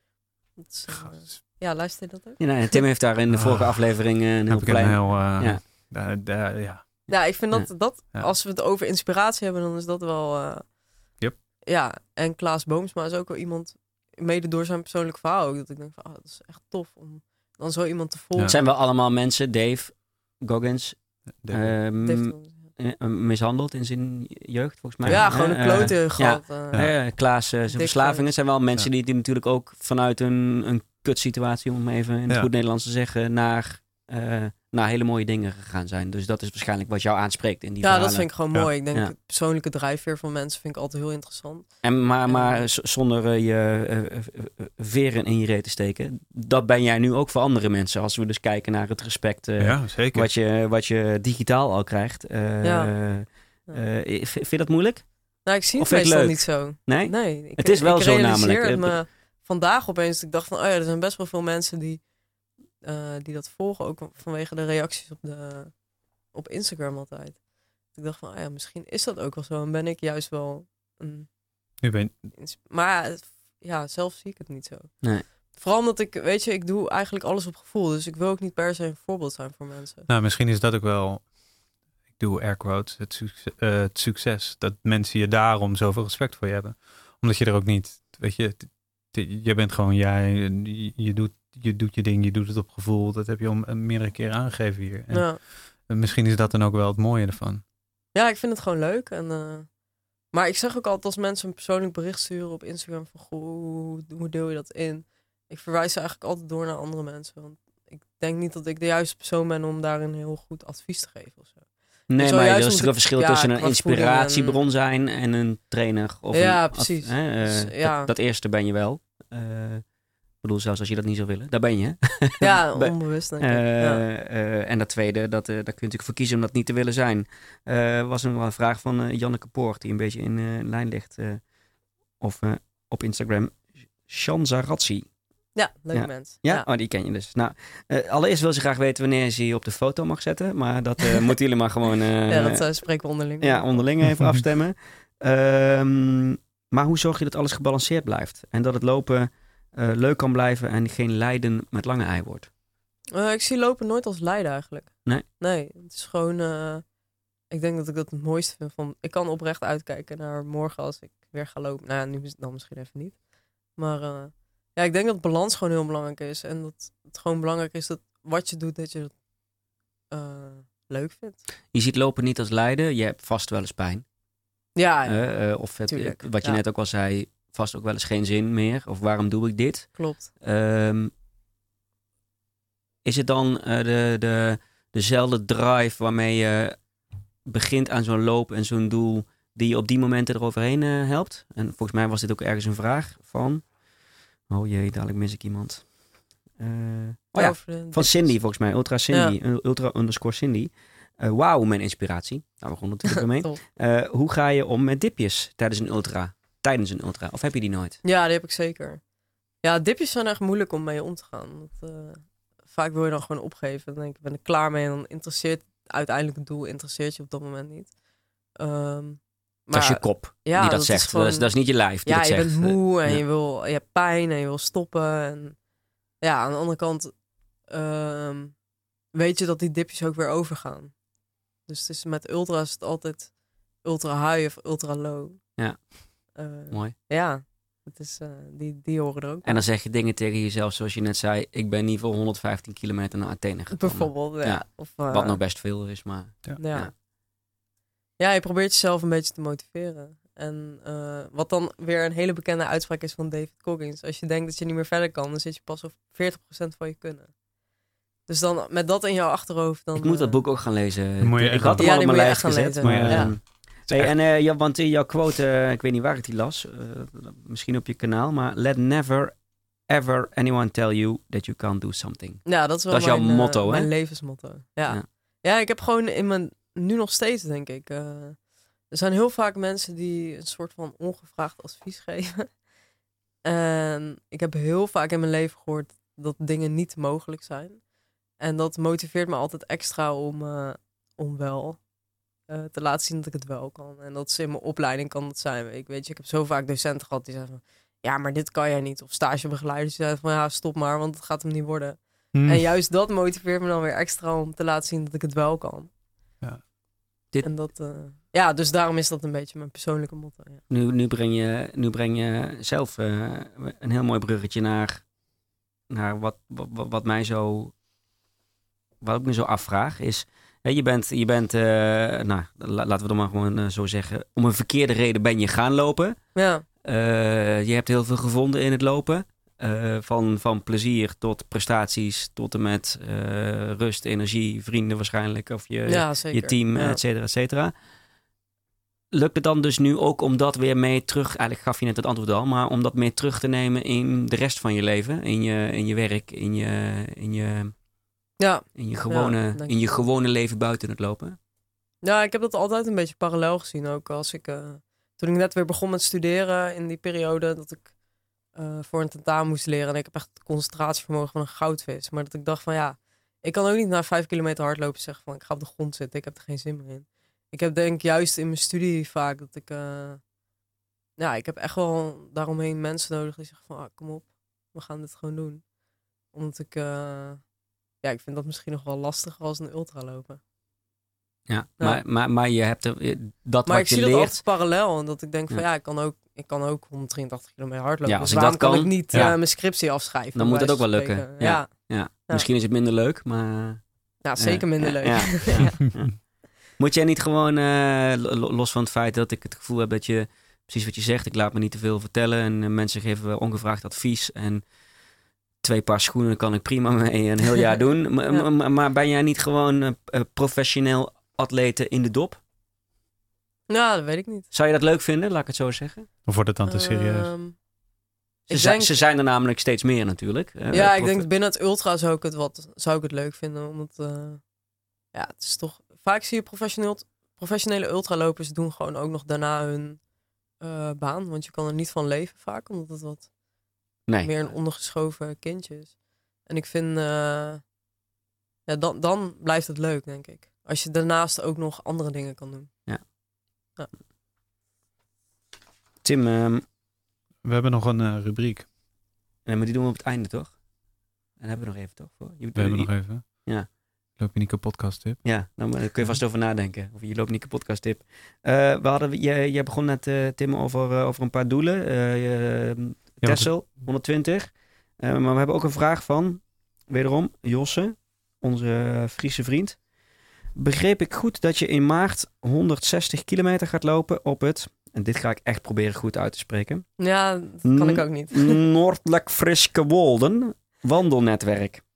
S2: Dat is, uh,
S3: Gast,
S2: ja, luister je dat ook?
S1: Ja, nou, Tim heeft daar in de vorige
S3: Ah,
S1: aflevering uh, een heel
S3: heb ik een
S1: klein...
S3: heel... Uh,
S1: Ja.
S3: daar- daar- ja.
S2: Ja, ik vind dat, dat
S3: Ja.
S2: als we het over inspiratie hebben, dan is dat wel... Uh,
S3: Yep.
S2: Ja, en Klaas Boomsma is ook wel iemand, mede door zijn persoonlijk verhaal ook, dat ik denk van, oh, dat is echt tof om dan zo iemand te volgen.
S3: Ja.
S1: Het zijn wel allemaal mensen, Dave Goggins,
S3: De-
S1: um,
S2: David-
S1: uh, mishandeld in zijn jeugd, volgens mij.
S2: ja,
S1: Uh,
S2: gewoon een
S1: uh,
S2: klote gehad. uh,
S3: Ja.
S1: Uh, Klaas, uh, zijn
S2: Dik
S1: verslavingen
S2: geweest.
S1: zijn wel mensen
S3: Ja.
S1: die, die natuurlijk ook vanuit een, een kutsituatie, om het even in het
S3: Ja.
S1: goed Nederlands te zeggen, naar, uh, naar hele mooie dingen gegaan zijn. Dus dat is waarschijnlijk wat jou aanspreekt in die
S2: Ja, dat
S1: verhalen.
S2: vind ik gewoon
S3: Ja.
S2: mooi. Ik denk,
S1: Ja.
S2: het persoonlijke drijfveer van mensen vind ik altijd heel interessant.
S1: En, maar maar
S2: Ja.
S1: z- zonder uh, je uh, uh, uh, veren in je reet te steken, dat ben jij nu ook voor andere mensen. Als we dus kijken naar het respect uh,
S3: ja, zeker.
S1: wat, je, wat je digitaal al krijgt. Uh,
S2: Ja.
S1: uh, v- vind je dat moeilijk?
S2: Nou, ik zie
S1: Of
S2: het
S1: vind je
S2: meestal
S1: leuk?
S2: niet zo.
S1: Nee?
S2: Nee, ik,
S1: Het is wel
S2: ik
S1: zo
S2: realiseer
S1: namelijk.
S2: het me vandaag opeens. Dat ik dacht van, oh ja, er zijn best wel veel mensen die, uh, die dat volgen. Ook vanwege de reacties op, de, op Instagram altijd. Ik dacht van, oh ja, misschien is dat ook wel zo. En ben ik juist wel een...
S3: Nu ben
S2: ins- Maar ja, ja, zelf zie ik het niet zo.
S1: Nee.
S2: Vooral omdat ik, weet je, ik doe eigenlijk alles op gevoel. Dus ik wil ook niet per se een voorbeeld zijn voor mensen.
S3: Nou, misschien is dat ook wel, ik doe air quotes, het succes, uh, het succes. Dat mensen je daarom zoveel respect voor je hebben. Omdat je er ook niet, weet je, t- t- je bent gewoon jij, je, je, doet, je doet je ding, je doet het op gevoel. Dat heb je al meerdere keren aangegeven hier. En
S2: Ja.
S3: misschien is dat dan ook wel het mooie ervan.
S2: Ja, ik vind het gewoon leuk. En, uh, maar ik zeg ook altijd als mensen een persoonlijk bericht sturen op Instagram van goh, hoe, hoe deel je dat in? Ik verwijs ze eigenlijk altijd door naar andere mensen. Want ik denk niet dat ik de juiste persoon ben om daar een heel goed advies te geven of zo.
S1: Nee,
S2: Zo
S1: maar
S2: juist
S1: er is
S2: omdat
S1: toch een
S2: ik-
S1: verschil
S2: ja,
S1: tussen een
S2: qua voeding
S1: inspiratiebron zijn en een trainer. Of
S2: Ja,
S1: een,
S2: precies.
S1: Of, hè, uh,
S2: Dus, ja.
S1: dat, dat eerste ben je wel. Uh, ik bedoel, zelfs als je dat niet zou willen, daar ben je.
S2: Ja,
S1: Bij-
S2: onbewust denk ik.
S1: Uh,
S2: ja.
S1: uh, en dat tweede, dat, uh, daar kun je natuurlijk voor kiezen om dat niet te willen zijn. Uh, was nog wel een vraag van uh, Janneke Poort, die een beetje in uh, lijn ligt. Uh, of uh, op Instagram, Shanzaratsi.
S2: Ja, leuk
S1: Ja.
S2: mens.
S1: Ja?
S2: Ja.
S1: Oh, die ken je dus. Nou, uh, allereerst wil ze graag weten wanneer ze je op de foto mag zetten. Maar dat uh, moeten jullie maar gewoon... Uh,
S2: Ja, dat uh, spreken we onderling.
S1: ja, onderling even afstemmen. Um, maar hoe zorg je dat alles gebalanceerd blijft? En dat het lopen uh, leuk kan blijven en geen lijden met lange ei wordt?
S2: Uh, ik zie lopen nooit als lijden eigenlijk.
S1: Nee?
S2: Nee, het is gewoon... Uh, ik denk dat ik dat het mooiste vind. Van, ik kan oprecht uitkijken naar morgen als ik weer ga lopen. Nou ja, nu is het dan misschien even niet. Maar uh, ja, ik denk dat balans gewoon heel belangrijk is. En dat het gewoon belangrijk is dat wat je doet, dat je het uh, leuk vindt.
S1: Je ziet lopen niet als lijden. Je hebt vast wel eens pijn.
S2: Ja, ja
S1: Uh, uh, of heb,
S2: tuurlijk,
S1: wat je
S2: ja.
S1: net ook al zei, vast ook wel eens geen zin meer. Of waarom doe ik dit?
S2: klopt.
S1: Um, is het dan uh, de, de, dezelfde drive waarmee je begint aan zo'n loop en zo'n doel die je op die momenten eroverheen uh, helpt? En volgens mij was dit ook ergens een vraag van... Oh jee, dadelijk mis ik iemand. Uh, oh ja, van Cindy volgens mij. Ultra Cindy. Ja. Ultra underscore Cindy. Uh, Wauw, mijn inspiratie. Daar begon natuurlijk mee. uh, hoe ga je om met dipjes tijdens een ultra? Tijdens een ultra? Of heb je die nooit?
S2: Ja, die heb ik zeker. Ja, dipjes zijn echt moeilijk om mee om te gaan. Want, uh, vaak wil je dan gewoon opgeven. Dan denk ik, ben ik klaar mee. En dan interesseert uiteindelijk het doel interesseert je op dat moment niet. Um,
S1: Maar, dat is je kop ja, die dat, dat zegt. Gewoon, dat, is, dat is niet je lijf die
S2: ja,
S1: dat
S2: je
S1: zegt.
S2: bent moe en
S1: ja.
S2: je, wil, je hebt pijn en je wil stoppen. En ja, aan de andere kant uh, weet je dat die dipjes ook weer overgaan. Dus het is, met ultra is het altijd ultra high of ultra low.
S1: Ja, uh, mooi.
S2: Ja, het is, uh, die, die horen er ook.
S1: En dan zeg je dingen tegen jezelf zoals je net zei. Ik ben niet voor honderdvijftien kilometer naar Athene gekomen.
S2: Bijvoorbeeld, ja.
S1: ja.
S2: Of, uh,
S1: Wat nog best veel is, maar...
S2: Ja. Ja. ja. Ja, je probeert jezelf een beetje te motiveren. En uh, wat dan weer een hele bekende uitspraak is van David Goggins. Als je denkt dat je niet meer verder kan, dan zit je pas op veertig procent van je kunnen. Dus dan met dat in jouw achterhoofd... Dan,
S1: ik moet dat boek ook gaan lezen.
S3: Moet je
S1: ik had hem
S2: ja,
S1: al op mijn lijst
S2: gaan
S1: gezet.
S2: Lezen.
S1: Maar,
S2: ja. Ja.
S1: Hey, en uh, ja, want in jouw quote, uh, ik weet niet waar ik die las. Uh, misschien op je kanaal. Maar let never ever anyone tell you that you can't do something.
S2: Ja, dat is wel
S1: dat is
S2: mijn,
S1: jouw motto,
S2: uh,
S1: hè?
S2: mijn levensmotto. Ja. Ja. ja, ik heb gewoon in mijn... Nu nog steeds, denk ik... Uh, Er zijn heel vaak mensen die een soort van ongevraagd advies geven. En ik heb heel vaak in mijn leven gehoord dat dingen niet mogelijk zijn. En dat motiveert me altijd extra om, uh, om wel uh, te laten zien dat ik het wel kan. En dat is in mijn opleiding kan dat zijn. Ik weet je, ik heb zo vaak docenten gehad die zeggen van... Ja, maar dit kan jij niet. Of stagebegeleiders die zeiden van... Ja, stop maar, want het gaat hem niet worden. Hmm. En juist dat motiveert me dan weer extra om te laten zien dat ik het wel kan.
S3: Ja.
S2: Dit... En dat... Uh, Ja, dus daarom is dat een beetje mijn persoonlijke motto. Ja.
S1: Nu, nu, breng je, nu breng je zelf uh, een heel mooi bruggetje naar, naar wat, wat, wat mij zo... Wat ik me zo afvraag is... Hè, je bent, je bent uh, nou, laten we dan maar gewoon uh, zo zeggen... Om een verkeerde reden ben je gaan lopen.
S2: Ja.
S1: Uh, je hebt heel veel gevonden in het lopen. Uh, van, van plezier tot prestaties, tot en met uh, rust, energie, vrienden waarschijnlijk. Of je,
S2: ja,
S1: je team,
S2: ja.
S1: et cetera, et cetera. Lukt het dan dus nu ook om dat weer mee terug... Eigenlijk gaf je net het antwoord al, maar om dat mee terug te nemen in de rest van je leven. In je, in je werk, in je, in je,
S2: ja.
S1: in je, gewone, ja, in je gewone leven buiten het lopen.
S2: Ja, ik heb dat altijd een beetje parallel gezien. Ook als ik, uh, toen ik net weer begon met studeren in die periode dat ik uh, voor een tentamen moest leren. En ik heb echt het concentratievermogen van een goudvis. Maar dat ik dacht van ja, ik kan ook niet na vijf kilometer hardlopen zeggen van ik ga op de grond zitten. Ik heb er geen zin meer in. Ik heb denk ik juist in mijn studie vaak dat ik... Uh, ja, ik heb echt wel daaromheen mensen nodig die zeggen van... Ah, kom op, we gaan dit gewoon doen. Omdat ik... Uh, ja, ik vind dat misschien nog wel lastiger als een ultra lopen.
S1: Ja, ja. Maar, maar, maar je hebt er... Dat
S2: maar
S1: wat
S2: ik
S1: je
S2: zie
S1: leert...
S2: dat altijd parallel. En dat ik denk van ja, ja ik, kan ook, ik kan ook honderddrieëntachtig kilometer hardlopen. Ja, dus waarom kan, kan ik niet ja. uh, mijn scriptie afschrijven?
S1: Dan moet dat ook wel lukken.
S2: Ja.
S1: Ja. Ja. Ja. Misschien is het minder leuk, maar...
S2: Ja, zeker minder
S1: uh,
S2: leuk.
S1: Ja. Ja. Ja. Moet jij niet gewoon, uh, los van het feit dat ik het gevoel heb dat je, precies wat je zegt, ik laat me niet te veel vertellen en uh, mensen geven wel ongevraagd advies en twee paar schoenen kan ik prima mee een heel jaar doen. Maar, ja. maar, maar ben jij niet gewoon uh, uh, professioneel atlete in de dop?
S2: Nou, dat weet ik niet.
S1: Zou je dat leuk vinden, laat ik het zo zeggen?
S3: Of wordt het dan te serieus?
S2: Um,
S1: ze, zijn, denk... ze zijn er namelijk steeds meer natuurlijk.
S2: Uh, ja, ik denk binnen het ultra zou ik het, wat, zou ik het leuk vinden, omdat uh, ja, het is toch... Vaak zie je professioneel, professionele ultralopers doen gewoon ook nog daarna hun uh, baan. Want je kan er niet van leven vaak, omdat het wat nee. meer een ondergeschoven kindje is. En ik vind, uh, ja, dan, dan blijft het leuk, denk ik. Als je daarnaast ook nog andere dingen kan doen.
S1: Ja.
S2: ja.
S1: Tim, um,
S3: we hebben nog een uh, rubriek.
S1: Nee, maar die doen we op het einde, toch? En hebben we nog even, toch? Voor? Je,
S3: we hebben
S1: je,
S3: nog even.
S1: Ja.
S3: Loop je niet kapot podcast tip?
S1: Ja, dan kun je vast over nadenken. Of je loopt niet kapot podcast tip. Uh, we hadden, jij, jij begon net, uh, Tim, over, uh, over een paar doelen. Uh, uh, Texel, honderdtwintig. Uh, maar we hebben ook een vraag van, wederom, Josse, onze Friese vriend. Begreep ik goed dat je in maart honderdzestig kilometer gaat lopen op het, en dit ga ik echt proberen goed uit te spreken.
S2: Ja, dat kan N- ik ook niet.
S1: Noordelijk Friske Wolden wandelnetwerk.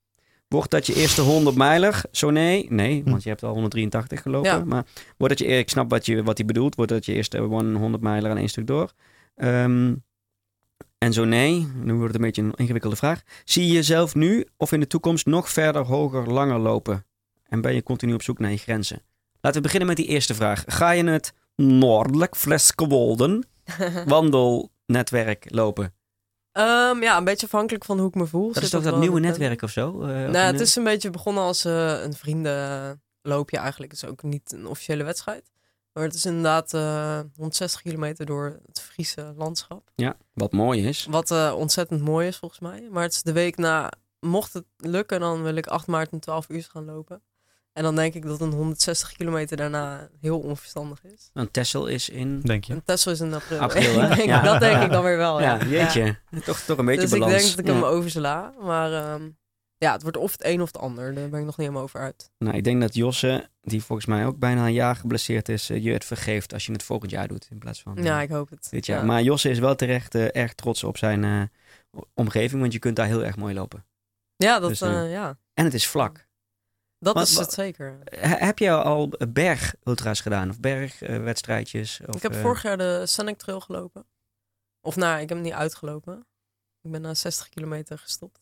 S1: Wordt dat je eerste honderd mijler? Zo nee. Nee, want je hebt al honderddrieëntachtig gelopen.
S2: Ja.
S1: Maar wordt dat je, ik snap wat, je, wat hij bedoelt. Wordt dat je eerste honderd mijler aan één stuk door? Um, en zo nee. Nu wordt het een beetje een ingewikkelde vraag. Zie je jezelf nu of in de toekomst nog verder, hoger, langer lopen? En ben je continu op zoek naar je grenzen? Laten we beginnen met die eerste vraag. Ga je het noordelijk Fleskerwolden wandelnetwerk lopen?
S2: Um, ja, een beetje afhankelijk van hoe ik me voel.
S1: Dat is
S2: Zit
S1: toch dat
S2: wel
S1: nieuwe
S2: in de
S1: netwerk of zo? Uh,
S2: Nou, het is een beetje begonnen als uh, een vriendenloopje eigenlijk. Het is ook niet een officiële wedstrijd. Maar het is inderdaad uh, honderdzestig kilometer door het Friese landschap.
S1: Ja, wat mooi is.
S2: Wat uh, ontzettend mooi is volgens mij. Maar het is de week na, mocht het lukken, dan wil ik acht maart en twaalf uur gaan lopen. En dan denk ik dat een honderdzestig kilometer daarna heel onverstandig is.
S1: Want Texel is in...
S3: Denk je?
S2: En Texel is in april.
S1: April, hè?
S2: Ik denk,
S1: Ja.
S2: Dat denk ik dan weer wel. Ja,
S1: Ja, jeetje. Ja. Toch, toch een beetje
S2: dus
S1: balans.
S2: ik denk dat ik
S1: ja.
S2: hem oversla. Maar um, ja, het wordt of het een of het ander. Daar ben ik nog niet helemaal over uit.
S1: Nou, ik denk dat Josse, die volgens mij ook bijna een jaar geblesseerd is, uh, je het vergeeft als je het volgend jaar doet. In plaats van uh,
S2: Ja, ik hoop het.
S1: dit jaar.
S2: Ja.
S1: Maar Josse is wel terecht uh, erg trots op zijn uh, omgeving, want je kunt daar heel erg mooi lopen.
S2: Ja, dat,
S1: Dus,
S2: uh,
S1: uh,
S2: ja.
S1: En het is vlak.
S2: dat
S1: Wat-
S2: is
S1: wat-
S2: het zeker.
S1: He- heb je al bergultra's gedaan? Of bergwedstrijdjes? Uh,
S2: Ik heb vorig jaar de Scenic Trail gelopen. Of nou, ik heb hem niet uitgelopen. Ik ben na zestig kilometer gestopt.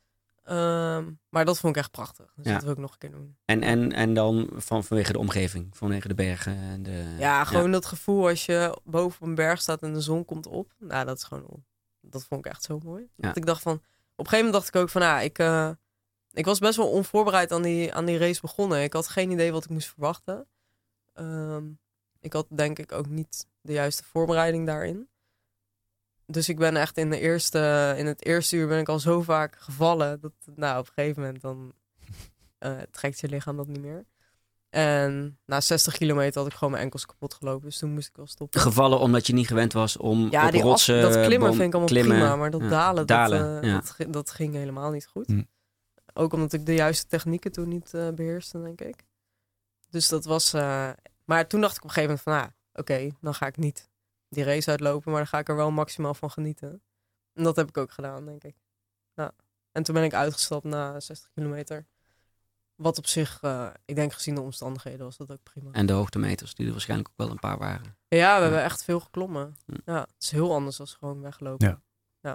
S2: Um, maar dat vond ik echt prachtig. Dus
S1: Ja.
S2: dat wil ik nog een keer doen.
S1: En, en, en dan van, vanwege de omgeving, vanwege de bergen. En de,
S2: Ja, gewoon dat gevoel als je boven op een berg staat en de zon komt op. Nou, dat is gewoon... Dat vond ik echt zo mooi.
S1: Ja.
S2: Dat ik dacht van... Op een gegeven moment dacht ik ook van... Nou, ik, uh, ik was best wel onvoorbereid aan die, aan die race begonnen. Ik had geen idee wat ik moest verwachten. Um, ik had denk ik ook niet de juiste voorbereiding daarin. Dus ik ben echt in, de eerste, in het eerste uur ben ik al zo vaak gevallen. Dat nou, op een gegeven moment dan uh, trekt je lichaam dat niet meer. En na zestig kilometer had ik gewoon mijn enkels kapot gelopen. Dus toen moest ik wel stoppen.
S1: Gevallen omdat je niet gewend was om
S2: Ja,
S1: op
S2: die af-
S1: rotsen...
S2: dat klimmen
S1: boom-
S2: vind ik allemaal
S1: klimmen.
S2: prima. Maar dat
S1: Ja.
S2: dalen,
S1: Dalen,
S2: dat, uh,
S1: ja.
S2: dat, gi- dat ging helemaal niet goed.
S3: Hm.
S2: Ook omdat ik de juiste technieken toen niet uh, beheerste, denk ik. Dus dat was... Uh, maar toen dacht ik op een gegeven moment van... Ah, oké, okay, dan ga ik niet die race uitlopen. Maar dan ga ik er wel maximaal van genieten. En dat heb ik ook gedaan, denk ik. Ja. En toen ben ik uitgestapt na zestig kilometer. Wat op zich, uh, ik denk gezien de omstandigheden, was dat ook prima.
S1: En de hoogtemeters, die er waarschijnlijk ook wel een paar waren.
S2: Ja, we
S1: Ja.
S2: hebben echt veel geklommen.
S1: Hm.
S2: Ja, het is heel anders dan gewoon weglopen.
S3: Ja.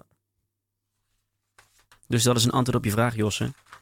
S1: Dus dat is een antwoord op je vraag, Josse.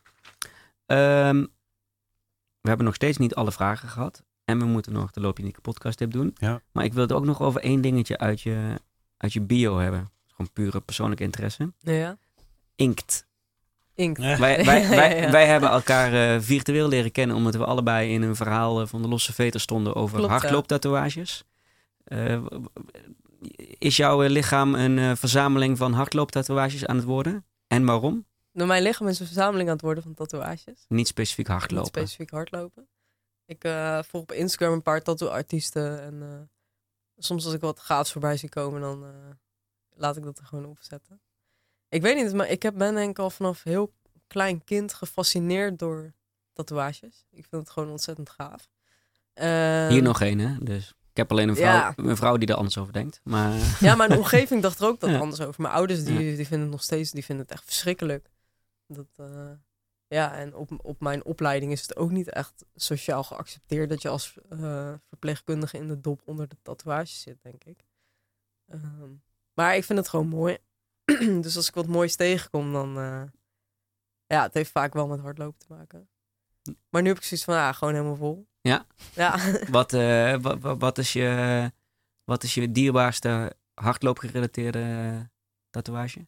S1: Um, we hebben nog steeds niet alle vragen gehad. En we moeten nog de Loop je niet podcast tip doen.
S3: Ja.
S1: Maar ik wil het ook nog over één dingetje uit je, uit je bio hebben. Gewoon pure persoonlijke interesse.
S2: Ja.
S1: Inkt.
S2: Inkt.
S3: Ja.
S1: Wij, wij,
S2: Ja,
S1: wij,
S2: ja.
S1: wij hebben elkaar uh, virtueel leren kennen, omdat we allebei in een verhaal uh, van de losse veter stonden over
S2: Klopt, ja.
S1: hardlooptatoeages. Uh, w- w- is jouw uh, lichaam een uh, verzameling van hardlooptatoeages aan het worden? En waarom?
S2: Nou, mijn lichaam is een verzameling aan het worden van tatoeages.
S1: Niet specifiek hardlopen.
S2: Niet specifiek hardlopen. Ik uh, volg op Instagram een paar tattoo-artiesten. En uh, soms als ik wat gaafs voorbij zie komen, dan uh, laat ik dat er gewoon op zetten. Ik weet niet, maar ik heb, ben denk ik al vanaf heel klein kind gefascineerd door tatoeages. Ik vind het gewoon ontzettend gaaf. Uh,
S1: Hier nog één, hè? Dus ik heb alleen een vrouw,
S2: Ja.
S1: een vrouw die er anders over denkt. Maar
S2: Ja, mijn omgeving dacht er ook dat
S1: Ja.
S2: anders over. Mijn ouders die,
S1: Ja.
S2: die vinden het nog steeds, die vinden het echt verschrikkelijk. Dat, uh, ja, en op, op mijn opleiding is het ook niet echt sociaal geaccepteerd dat je als uh, verpleegkundige in de dop onder de tatoeages zit, denk ik. Um, maar ik vind het gewoon mooi. Dus als ik wat moois tegenkom, dan... Uh, ja, het heeft vaak wel met hardlopen te maken. Maar nu heb ik zoiets van, ja, gewoon helemaal vol.
S1: Ja?
S2: Ja.
S1: wat, uh, wat, wat, wat, is je, wat is je dierbaarste hardloopgerelateerde tatoeage?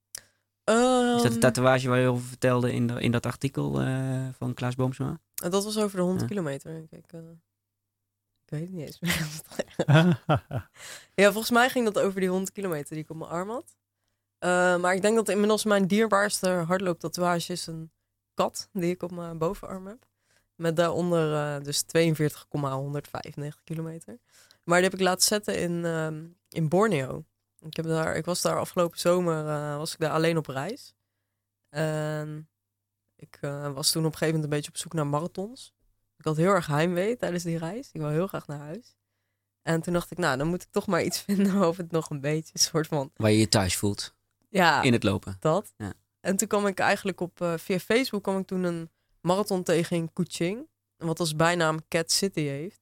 S2: Um,
S1: Is dat de tatoeage waar je over vertelde in, de, in dat artikel uh, van Klaas Boomsma?
S2: Dat was over de honderd
S1: Ja.
S2: kilometer, denk ik. Uh, ik weet het niet eens meer. Ja, volgens mij ging dat over die honderd kilometer die ik op mijn arm had. Uh, maar ik denk dat inmiddels mijn dierbaarste hardlooptatoeage is een kat die ik op mijn bovenarm heb. Met daaronder uh, dus tweeënveertig komma honderdvijfennegentig kilometer. Maar die heb ik laten zetten in, um, in Borneo. Ik, heb daar, ik was daar afgelopen zomer uh, was ik daar alleen op reis. En ik uh, was toen op een gegeven moment een beetje op zoek naar marathons. Ik had heel erg heimwee tijdens die reis. Ik wou heel graag naar huis. En toen dacht ik, nou, dan moet ik toch maar iets vinden of het nog een beetje een soort van...
S1: Waar je je thuis voelt
S2: Ja,
S1: in het lopen.
S2: dat.
S1: Ja.
S2: En toen kwam ik eigenlijk op, uh, via Facebook kwam ik toen een marathon tegen in Kuching. Wat als bijnaam Cat City heeft.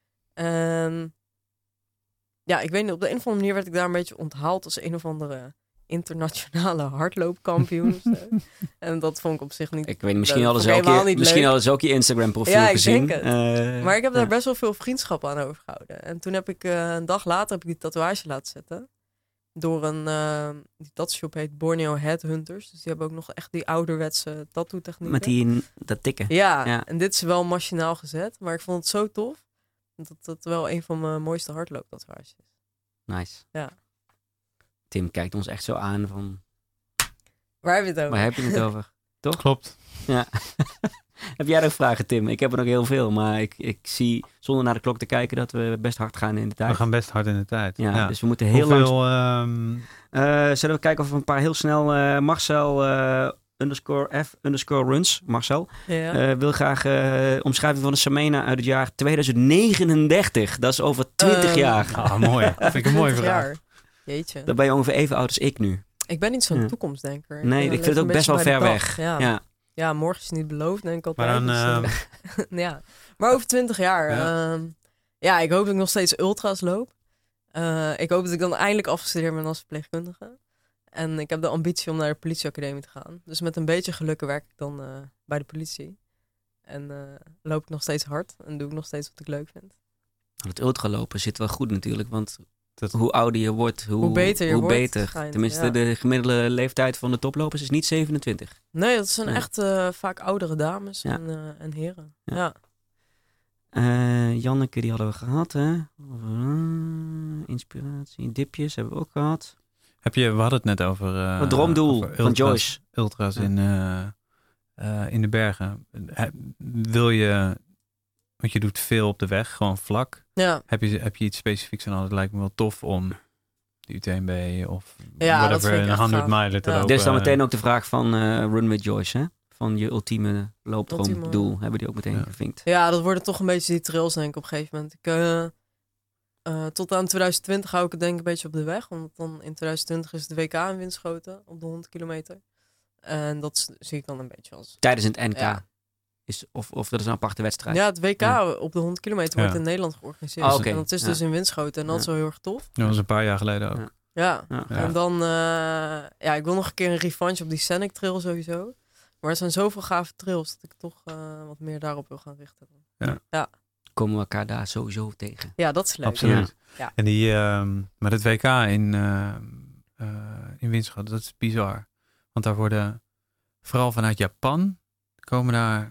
S2: En ja, ik weet niet, op de een of andere manier werd ik daar een beetje onthaald als een of andere internationale hardloopkampioen of zo. En dat vond ik op zich niet...
S1: Ik weet niet, misschien
S2: dat
S1: hadden
S2: vond
S1: ze
S2: ik
S1: ook je,
S2: helemaal niet
S1: misschien
S2: leuk.
S1: hadden ze ook je Instagram profiel
S2: Ja, ik
S1: gezien.
S2: denk het.
S1: Eh,
S2: Maar ik heb daar
S1: ja.
S2: best wel veel vriendschap aan overgehouden. En toen heb ik uh, een dag later heb ik die tatoeage laten zetten. Door een, uh, die tattoo-shop heet Borneo Headhunters. Dus die hebben ook nog echt die ouderwetse tattoo-technieken.
S1: Met die, dat tikken.
S2: Ja,
S1: Ja.
S2: en dit is wel machinaal gezet. Maar ik vond het zo tof. Dat het wel een van mijn mooiste hardloop-tatoeages is.
S1: Nice.
S2: Ja.
S1: Tim kijkt ons echt zo aan van...
S2: Waar heb je het over?
S1: Waar heb je het over? Toch?
S3: Klopt.
S1: Ja. Heb jij nog vragen, Tim? Ik heb er nog heel veel, maar ik, ik zie zonder naar de klok te kijken dat we best hard gaan in de tijd.
S3: We gaan best hard in de tijd.
S1: Ja,
S3: Ja.
S1: dus we moeten heel
S3: Hoeveel,
S1: lang...
S3: ehm,
S1: Uh, zullen we kijken of we een paar heel snel... Uh, Marcel uh, underscore F underscore runs, Marcel,
S2: Ja.
S1: uh, wil graag uh, omschrijving van de Samena uit het jaar tweeduizend negenendertig. Dat is over twintig
S2: Um,
S1: jaar.
S3: ah, mooi. Vind ik een mooie
S2: twintig
S3: vraag.
S2: jaar. Jeetje.
S1: Dan ben je ongeveer even oud als ik nu.
S2: Ik ben niet zo'n
S1: Ja.
S2: toekomstdenker.
S1: Nee,
S2: ben
S1: ik vind het
S2: een
S1: ook best
S2: beetje
S1: wel
S2: bij
S1: ver
S2: de dag.
S1: weg.
S2: Ja.
S1: Ja.
S2: ja, morgen is niet beloofd, denk ik altijd.
S3: Maar dan,
S2: dus,
S3: uh,
S2: uh, ja. Maar over twintig jaar.
S3: Ja.
S2: Ja. Uh, ja, ik hoop dat ik nog steeds ultra's loop. Uh, ik hoop dat ik dan eindelijk afgestudeerd ben als verpleegkundige. En ik heb de ambitie om naar de politieacademie te gaan. Dus met een beetje geluk werk ik dan uh, bij de politie. En uh, loop ik nog steeds hard. En doe ik nog steeds wat ik leuk vind.
S1: Het ultralopen zit wel goed natuurlijk, want
S3: Dat...
S1: hoe ouder je wordt, hoe,
S2: hoe beter je
S1: hoe
S2: wordt.
S1: beter.
S2: Schijnt,
S1: Tenminste,
S2: ja.
S1: de gemiddelde leeftijd van de toplopers is niet zevenentwintig.
S2: Nee, dat zijn
S1: Ja.
S2: echt uh, vaak oudere dames
S1: Ja.
S2: en, uh, en heren.
S1: Ja.
S2: Ja.
S1: Uh, Janneke, die hadden we gehad, hè? Uh, inspiratie, dipjes hebben we ook gehad.
S3: Heb je, we hadden het net over... Uh,
S1: Het droomdoel
S3: over
S1: van
S3: ultras,
S1: Joyce.
S3: Ultras
S1: Ja.
S3: in, uh, uh, in de bergen. He, wil je... Want je doet veel op de weg, gewoon vlak.
S2: Ja.
S3: Heb je, heb je iets specifieks aan? Nou, het lijkt me wel tof om de U T M B of
S2: Ja, dat
S3: whatever,
S2: vind ik
S3: een
S2: echt
S3: honderd
S2: gaaf.
S3: mijlen te
S2: Ja.
S3: lopen.
S1: Dus dan meteen ook de vraag van uh, Run with Joyce, hè? Van je ultieme loopdroomdoel.
S2: Ultieme-
S1: Hebben die ook meteen
S3: Ja.
S1: gevinkt.
S2: Ja, dat worden toch een beetje die trails, denk ik, op een gegeven moment. Ik, uh, uh, tot aan twintig twintig hou ik het denk ik een beetje op de weg. Want dan in twintig twintig is het W K in Winschoten op de honderd kilometer. En dat s- zie ik dan een beetje als...
S1: Tijdens het N K.
S2: Ja.
S1: Is, of, of dat is een aparte wedstrijd.
S2: Ja, het W K
S1: Ja.
S2: op de honderd kilometer wordt
S3: Ja.
S2: in Nederland georganiseerd.
S1: Ah, oké.
S2: En dat is
S1: Ja.
S2: dus in Winschoten. En dat
S1: Ja.
S2: is wel heel erg tof.
S3: Dat was een paar jaar geleden ook.
S1: Ja.
S2: Ja.
S1: Ja.
S3: Ja.
S2: En dan... Uh, ja, ik wil nog een keer een revanche op die Scenic Trail sowieso. Maar er zijn zoveel gave trails dat ik toch uh, wat meer daarop wil gaan richten.
S1: Komen we elkaar daar sowieso tegen.
S2: Ja, dat is leuk.
S3: Absoluut.
S2: Ja.
S3: En die, uh, met het W K in, uh, uh, in Winschoten, dat is bizar. Want daar worden, vooral vanuit Japan, komen daar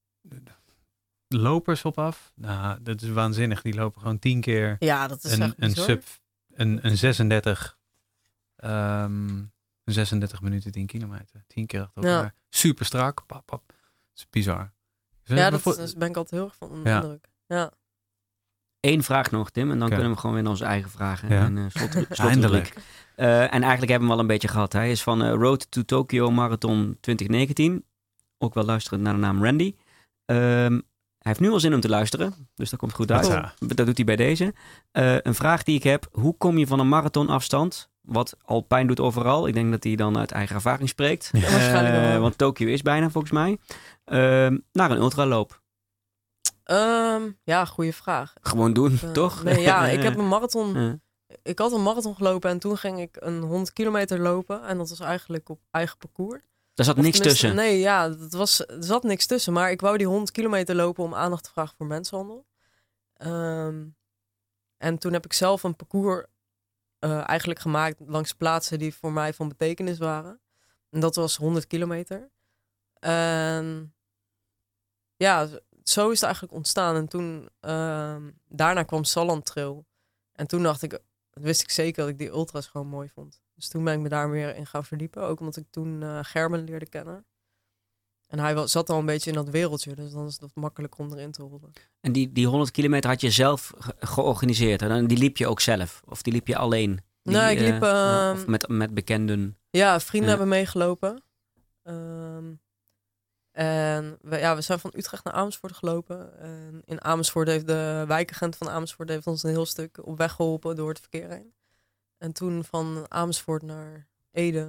S3: lopers op af. Nou, dat is waanzinnig. Die lopen gewoon tien keer
S2: Ja, dat is
S3: een,
S2: echt
S3: een
S2: bizar.
S3: sub, een, een zesendertig, um, een zesendertig minuten tien kilometer. tien keer achter
S2: Ja.
S3: elkaar. Super strak. Pap, pap. Dat is bizar. Dus
S2: Ja,
S3: bijvo-
S2: dat is, daar ben ik altijd heel erg van onder
S3: Ja.
S2: indruk. Ja.
S1: Eén vraag nog, Tim. En dan
S3: Oké.
S1: kunnen we gewoon weer naar onze eigen vragen.
S3: Ja.
S1: En, uh, slot, slot
S3: Eindelijk.
S1: Uh, en eigenlijk hebben we hem al een beetje gehad. Hij is van uh, Road to Tokyo Marathon twintig negentien. Ook wel luisterend naar de naam Randy. Um, hij heeft nu al zin om te luisteren. Dus dat komt goed uit.
S3: Ja.
S1: Dat doet hij bij deze. Uh, een vraag die ik heb. Hoe kom je van een marathonafstand, wat al pijn doet overal. Ik denk dat hij dan uit eigen ervaring spreekt.
S2: Ja, waarschijnlijk
S1: Uh,
S2: wel.
S1: want Tokio is bijna volgens mij. Uh, naar een ultraloop.
S2: Um, ja, goede vraag.
S1: Gewoon doen,
S2: Uh,
S1: toch?
S2: Nee, ja, ik heb een marathon...
S1: Uh,
S2: Ik had een marathon gelopen en toen ging ik een honderd kilometer lopen. En dat was eigenlijk op eigen parcours.
S1: Daar zat
S2: Of
S1: niks
S2: tenminste,
S1: tussen.
S2: Nee, ja, dat was, er zat niks tussen. Maar ik wou die honderd kilometer lopen om aandacht te vragen voor mensenhandel. Um, en toen heb ik zelf een parcours uh, eigenlijk gemaakt langs plaatsen die voor mij van betekenis waren. En dat was honderd kilometer. En ja, zo is het eigenlijk ontstaan. En toen, uh, daarna kwam Salland Trail. En toen dacht ik, wist ik zeker dat ik die ultras gewoon mooi vond. Dus toen ben ik me daar meer in gaan verdiepen. Ook omdat ik toen uh, Gerben leerde kennen. En hij was, zat al een beetje in dat wereldje. Dus dan is het makkelijk om erin te rollen.
S1: En die, die honderd kilometer had je zelf ge- georganiseerd. En dan- die liep je ook zelf? Of die liep je alleen? Die,
S2: Nee, ik liep,
S1: uh,
S2: uh,
S1: of met, met bekenden?
S2: Ja, vrienden
S1: Ja.
S2: hebben meegelopen. Um, en we, ja, we zijn van Utrecht naar Amersfoort gelopen. En in Amersfoort heeft de wijkagent van Amersfoort heeft ons een heel stuk op weg geholpen door het verkeer heen. En toen van Amersfoort naar Ede,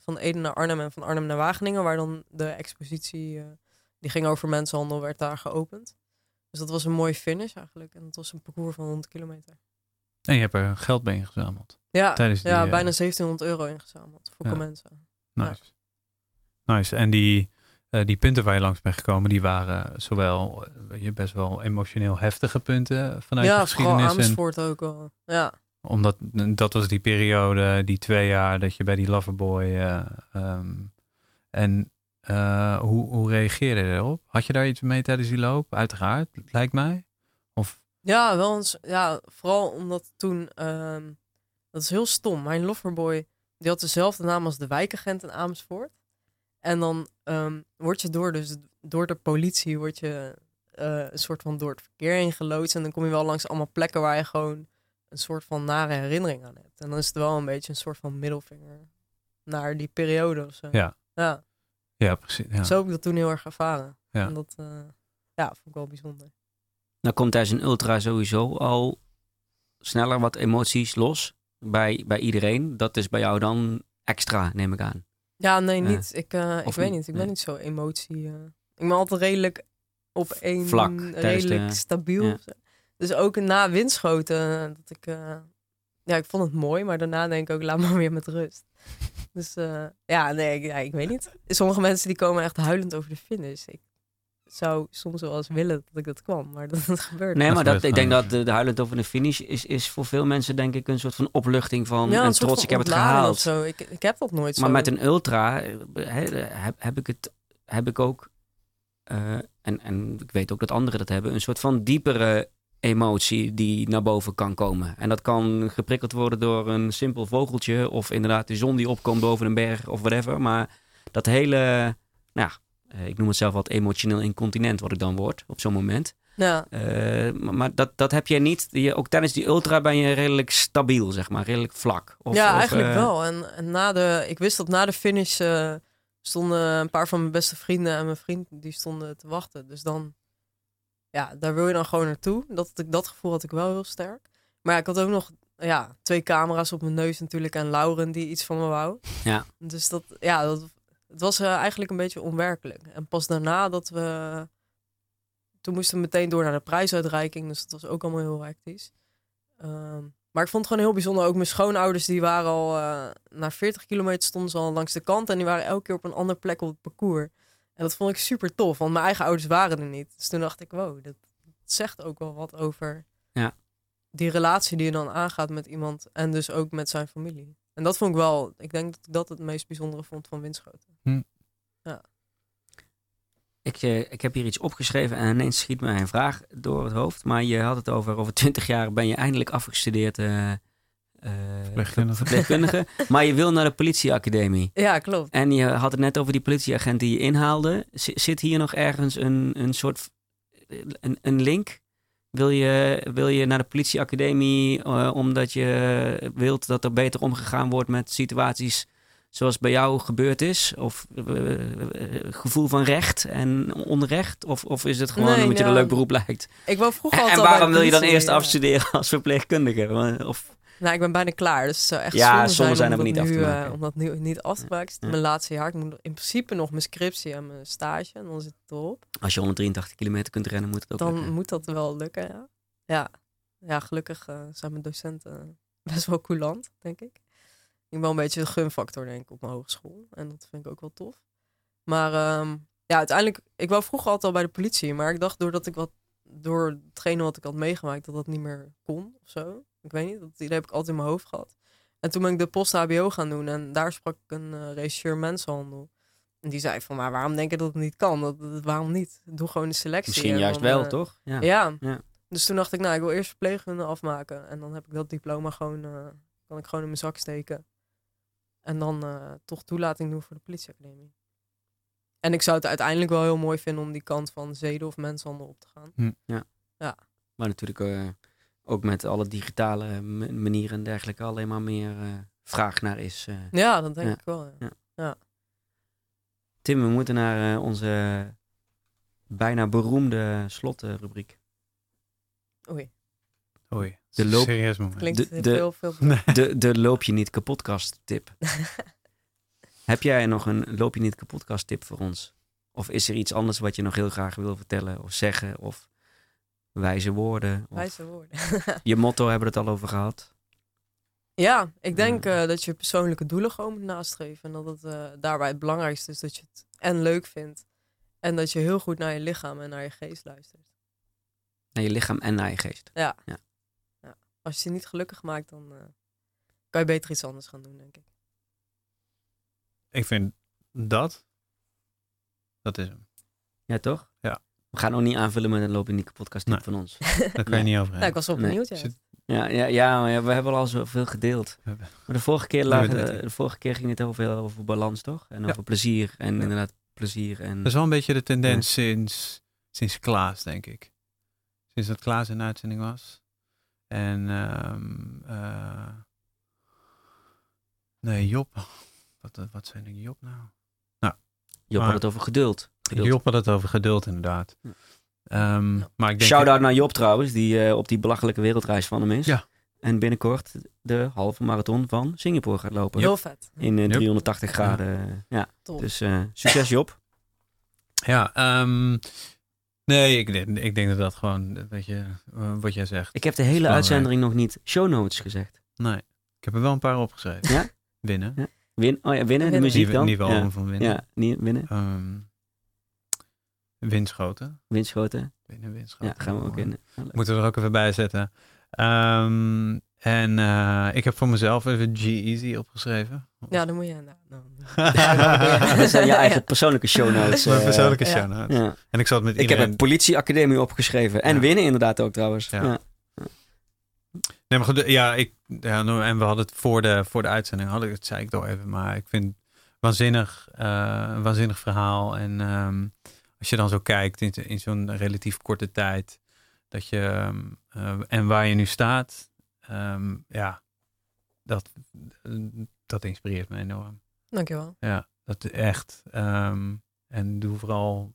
S2: van Ede naar Arnhem en van Arnhem naar Wageningen, waar dan de expositie, uh, die ging over mensenhandel, werd daar geopend. Dus dat was een mooie finish eigenlijk. En dat was een parcours van honderd kilometer.
S3: En je hebt er geld bij ingezameld.
S2: Ja,
S3: Tijdens die,
S2: ja
S3: uh,
S2: bijna zeventienhonderd euro ingezameld voor
S3: ja.
S2: Comensa.
S3: Nice. Ja. Nice. En die, uh, die punten waar je langs bent gekomen, die waren zowel uh, je best wel emotioneel heftige punten vanuit
S2: ja,
S3: je geschiedenis.
S2: Ja, Amersfoort en, ook wel. Ja.
S3: Omdat dat was die periode, die twee jaar dat je bij die Loverboy. Uh, um, en uh, hoe, hoe reageerde je erop? Had je daar iets mee tijdens die loop? Uiteraard, lijkt mij. Of...
S2: Ja, wel eens. Ja, vooral omdat toen. Um, dat is heel stom. Mijn Loverboy, die had dezelfde naam als de wijkagent in Amersfoort. En dan um, word je door, dus door de politie, word je uh, een soort van door het verkeer heen geloodst. En dan kom je wel langs allemaal plekken waar je gewoon een soort van nare herinnering aan hebt. En dan is het wel een beetje een soort van middelvinger naar die periode of zo.
S3: Ja,
S2: ja.
S3: ja precies. Ja.
S2: Zo heb ik dat toen heel erg ervaren.
S3: Ja.
S2: En dat uh, ja, vond ik wel bijzonder.
S1: Nou komt tijdens een ultra sowieso al sneller wat emoties los bij, bij iedereen. Dat is bij jou dan extra, neem ik aan.
S2: Ja, nee, niet. Uh, ik uh, ik weet
S1: niet?
S2: niet. Ik ben
S1: nee.
S2: niet zo emotie. Uh, ik ben altijd redelijk op één
S1: vlak,
S2: redelijk
S1: de,
S2: stabiel.
S1: Ja.
S2: Dus ook na windschoten, dat ik, uh, ja, ik vond het mooi, maar daarna denk ik ook, laat maar weer met rust. Dus uh, ja, nee, ik, ja, ik weet niet. Sommige mensen die komen echt huilend over de finish. Ik zou soms wel eens willen dat ik dat kwam, maar dat, dat gebeurt
S1: Nee,
S2: niet.
S1: maar dat, ik denk dat de, de huilend over de finish is, is voor veel mensen denk ik een soort van opluchting van
S2: ja,
S1: en trots, ik heb het gehaald.
S2: Zo. Ik, ik heb dat nooit zo.
S1: Maar met een ultra he, heb, heb ik het, heb ik ook, uh, en, en ik weet ook dat anderen dat hebben, een soort van diepere emotie die naar boven kan komen. En dat kan geprikkeld worden door een simpel vogeltje of inderdaad de zon die opkomt boven een berg of whatever. Maar dat hele, nou ja, ik noem het zelf wat emotioneel incontinent wat ik dan word op zo'n moment.
S2: Ja.
S1: Uh, maar maar dat, dat heb jij niet. Je, ook tijdens die ultra ben je redelijk stabiel, zeg maar. Redelijk vlak. Of,
S2: ja,
S1: of,
S2: eigenlijk
S1: uh...
S2: wel. En, en na de, ik wist dat na de finish uh, stonden een paar van mijn beste vrienden en mijn vriend die stonden te wachten. Dus dan, ja, daar wil je dan gewoon naartoe. Dat, dat gevoel had ik wel heel sterk. Maar ja, ik had ook nog ja, twee camera's op mijn neus natuurlijk en Lauren die iets van me wou.
S1: Ja.
S2: Dus dat, ja, dat, het was uh, eigenlijk een beetje onwerkelijk. En pas daarna dat we... Toen moesten we meteen door naar de prijsuitreiking. Dus dat was ook allemaal heel hectisch. Um, maar ik vond het gewoon heel bijzonder. Ook mijn schoonouders, die waren al... Uh, na veertig kilometer stonden ze al langs de kant. En die waren elke keer op een andere plek op het parcours. En dat vond ik super tof. Want mijn eigen ouders waren er niet. Dus toen dacht ik, wow, dat zegt ook wel wat over...
S1: Ja.
S2: Die relatie die je dan aangaat met iemand. En dus ook met zijn familie. En dat vond ik wel... Ik denk dat ik dat het meest bijzondere vond van windschoten.
S3: Hm.
S2: Ja.
S1: Ik, uh, ik heb hier iets opgeschreven en ineens schiet mij een vraag door het hoofd. Maar je had het over, over twintig jaar ben je eindelijk afgestudeerd uh, uh,
S3: verpleegkundige.
S1: verpleegkundige. Maar je wil naar de politieacademie.
S2: Ja, klopt.
S1: En je had het net over die politieagent die je inhaalde. Z- zit hier nog ergens een, een soort een, een link? Wil je, wil je naar de politieacademie uh, omdat je wilt dat er beter omgegaan wordt met situaties... zoals bij jou gebeurd is? Of uh, gevoel van recht en onrecht? Of, of is het gewoon
S2: nee,
S1: omdat je
S2: ja.
S1: een leuk beroep lijkt?
S2: Ik wou vroeger
S1: En,
S2: altijd
S1: en waarom
S2: bij de
S1: wil je dan
S2: politie,
S1: eerst
S2: ja.
S1: afstuderen als verpleegkundige? Of...
S2: Nou, ik ben bijna klaar. Dus het zou echt
S1: Ja,
S2: zonde
S1: sommige zijn
S2: om
S1: er
S2: dat
S1: niet af te
S2: nu,
S1: maken.
S2: uh, om dat nu niet af te maken. Het is
S1: Ja.
S2: mijn laatste jaar. Ik moet in principe nog mijn scriptie en mijn stage. En dan zit het erop.
S1: Als je honderddrieëntachtig kilometer kunt rennen, moet het ook
S2: Dan
S1: lukken.
S2: moet dat wel lukken, ja. Ja, ja gelukkig uh, zijn mijn docenten best wel coulant, denk ik. Ik ben een beetje de gunfactor, denk ik, op mijn hogeschool. En dat vind ik ook wel tof. Maar um, ja, uiteindelijk... Ik wou vroeger altijd al bij de politie. Maar ik dacht, doordat ik wat... Door hetgene wat ik had meegemaakt, dat dat niet meer kon of zo. Ik weet niet, dat idee heb ik altijd in mijn hoofd gehad. En toen ben ik de post-H B O gaan doen. En daar sprak ik een uh, regisseur mensenhandel. En die zei van, maar waarom denk je dat het niet kan? Dat, dat, waarom niet? Doe gewoon de selectie.
S1: Misschien
S2: en
S1: juist
S2: dan,
S1: wel,
S2: uh,
S1: toch? Ja.
S2: Ja.
S1: Ja.
S2: Dus toen dacht ik, nou, ik wil eerst verpleegkunde afmaken. En dan heb ik dat diploma gewoon... Uh, kan ik gewoon in mijn zak steken. En dan uh, toch toelating doen voor de politieacademie. En ik zou het uiteindelijk wel heel mooi vinden om die kant van zeden of mensenhandel op te gaan.
S1: Hm. Ja.
S2: Ja.
S1: Maar natuurlijk uh, ook met alle digitale m- manieren en dergelijke alleen maar meer uh, vraag naar is. Uh.
S2: Ja, dat denk
S1: Ja.
S2: ik wel. Ja.
S1: Ja.
S2: Ja.
S1: Tim, we moeten naar uh, onze bijna beroemde slotrubriek.
S2: Oei,
S3: Oei,
S1: De loop-
S3: serieus moment.
S2: klinkt
S1: De-
S2: heel
S1: de-
S2: veel. veel
S3: Nee.
S1: De, de loop je niet kapotkast tip. Heb jij nog een Loop je niet kapot tip voor ons? Of is er iets anders wat je nog heel graag wil vertellen of zeggen? Of wijze woorden? Of
S2: Wijze woorden.
S1: je motto hebben we het al over gehad.
S2: Ja, ik denk uh, dat je persoonlijke doelen gewoon moet nastreven. En dat het uh, daarbij het belangrijkste is dat je het en leuk vindt. En dat je heel goed naar je lichaam en naar je geest luistert.
S1: Naar je lichaam en naar je geest.
S2: Ja.
S1: ja.
S2: ja. Als je je niet gelukkig maakt, dan uh, kan je beter iets anders gaan doen, denk ik.
S3: Ik vind dat, dat is hem.
S1: Ja, toch?
S3: Ja.
S1: We gaan ook niet aanvullen met een Loop je niet podcast tip
S3: nee.
S1: van ons.
S3: Daar kan
S1: nee.
S3: je niet over
S2: Nou, ik was wel benieuwd,
S1: nee.
S2: ja.
S1: Ja, ja, ja, maar ja, we hebben al zoveel gedeeld. Maar de vorige keer, lag, de vorige keer ging het heel veel over balans, toch? En over ja. plezier. En ja. inderdaad plezier. En...
S3: Dat is wel een beetje de tendens ja. sinds, sinds Klaas, denk ik. Sinds dat Klaas in de uitzending was. En um, uh, nee, Job. Wat, wat zijn er Job nou? nou
S1: Job
S3: maar,
S1: had het over geduld. geduld.
S3: Job had het over geduld, inderdaad. Ja. Um, ja. maar ik denk
S1: Shout-out naar Job trouwens, die uh, op die belachelijke wereldreis van hem is.
S3: Ja.
S1: En binnenkort de halve marathon van Singapore gaat lopen.
S2: Heel vet.
S1: In uh, driehonderdtachtig graden. Ja. ja. Dus uh, succes Job.
S3: Ja, um, nee, ik, ik denk dat dat gewoon, weet je, uh, wat jij zegt.
S1: Ik heb de hele uitzending nog niet show notes gezegd.
S3: Nee, ik heb er wel een paar opgeschreven.
S1: Ja?
S3: Winnen.
S1: Ja. Win, oh ja, winnen, de muziek dan?
S3: Niveau
S1: ja.
S3: van winnen.
S1: Ja, niet winnen.
S3: Um, Winschoten.
S1: Winschoten.
S3: Winnen, winschoten.
S1: Ja, gaan we ook in.
S3: Oh, moeten we er ook even bij zetten. Um, en uh, ik heb voor mezelf even G-Eazy opgeschreven.
S2: Ja, dan moet je... Nou,
S1: nou. Dat zijn je eigen persoonlijke show notes.
S3: Mijn persoonlijke
S2: uh,
S3: show notes. Ja. En ik zat met
S1: iedereen... Ik heb een politieacademie opgeschreven. En ja. winnen inderdaad ook trouwens. Ja. Ja.
S3: Nee, maar goed, ja, ik, ja, en we hadden het voor de, voor de uitzending, had ik, het zei ik toch even, maar ik vind waanzinnig, uh, een waanzinnig verhaal. En um, als je dan zo kijkt in, in zo'n relatief korte tijd, dat je, um, uh, en waar je nu staat, um, ja, dat, dat inspireert me enorm.
S2: Dankjewel.
S3: Ja, dat echt. Um, en doe vooral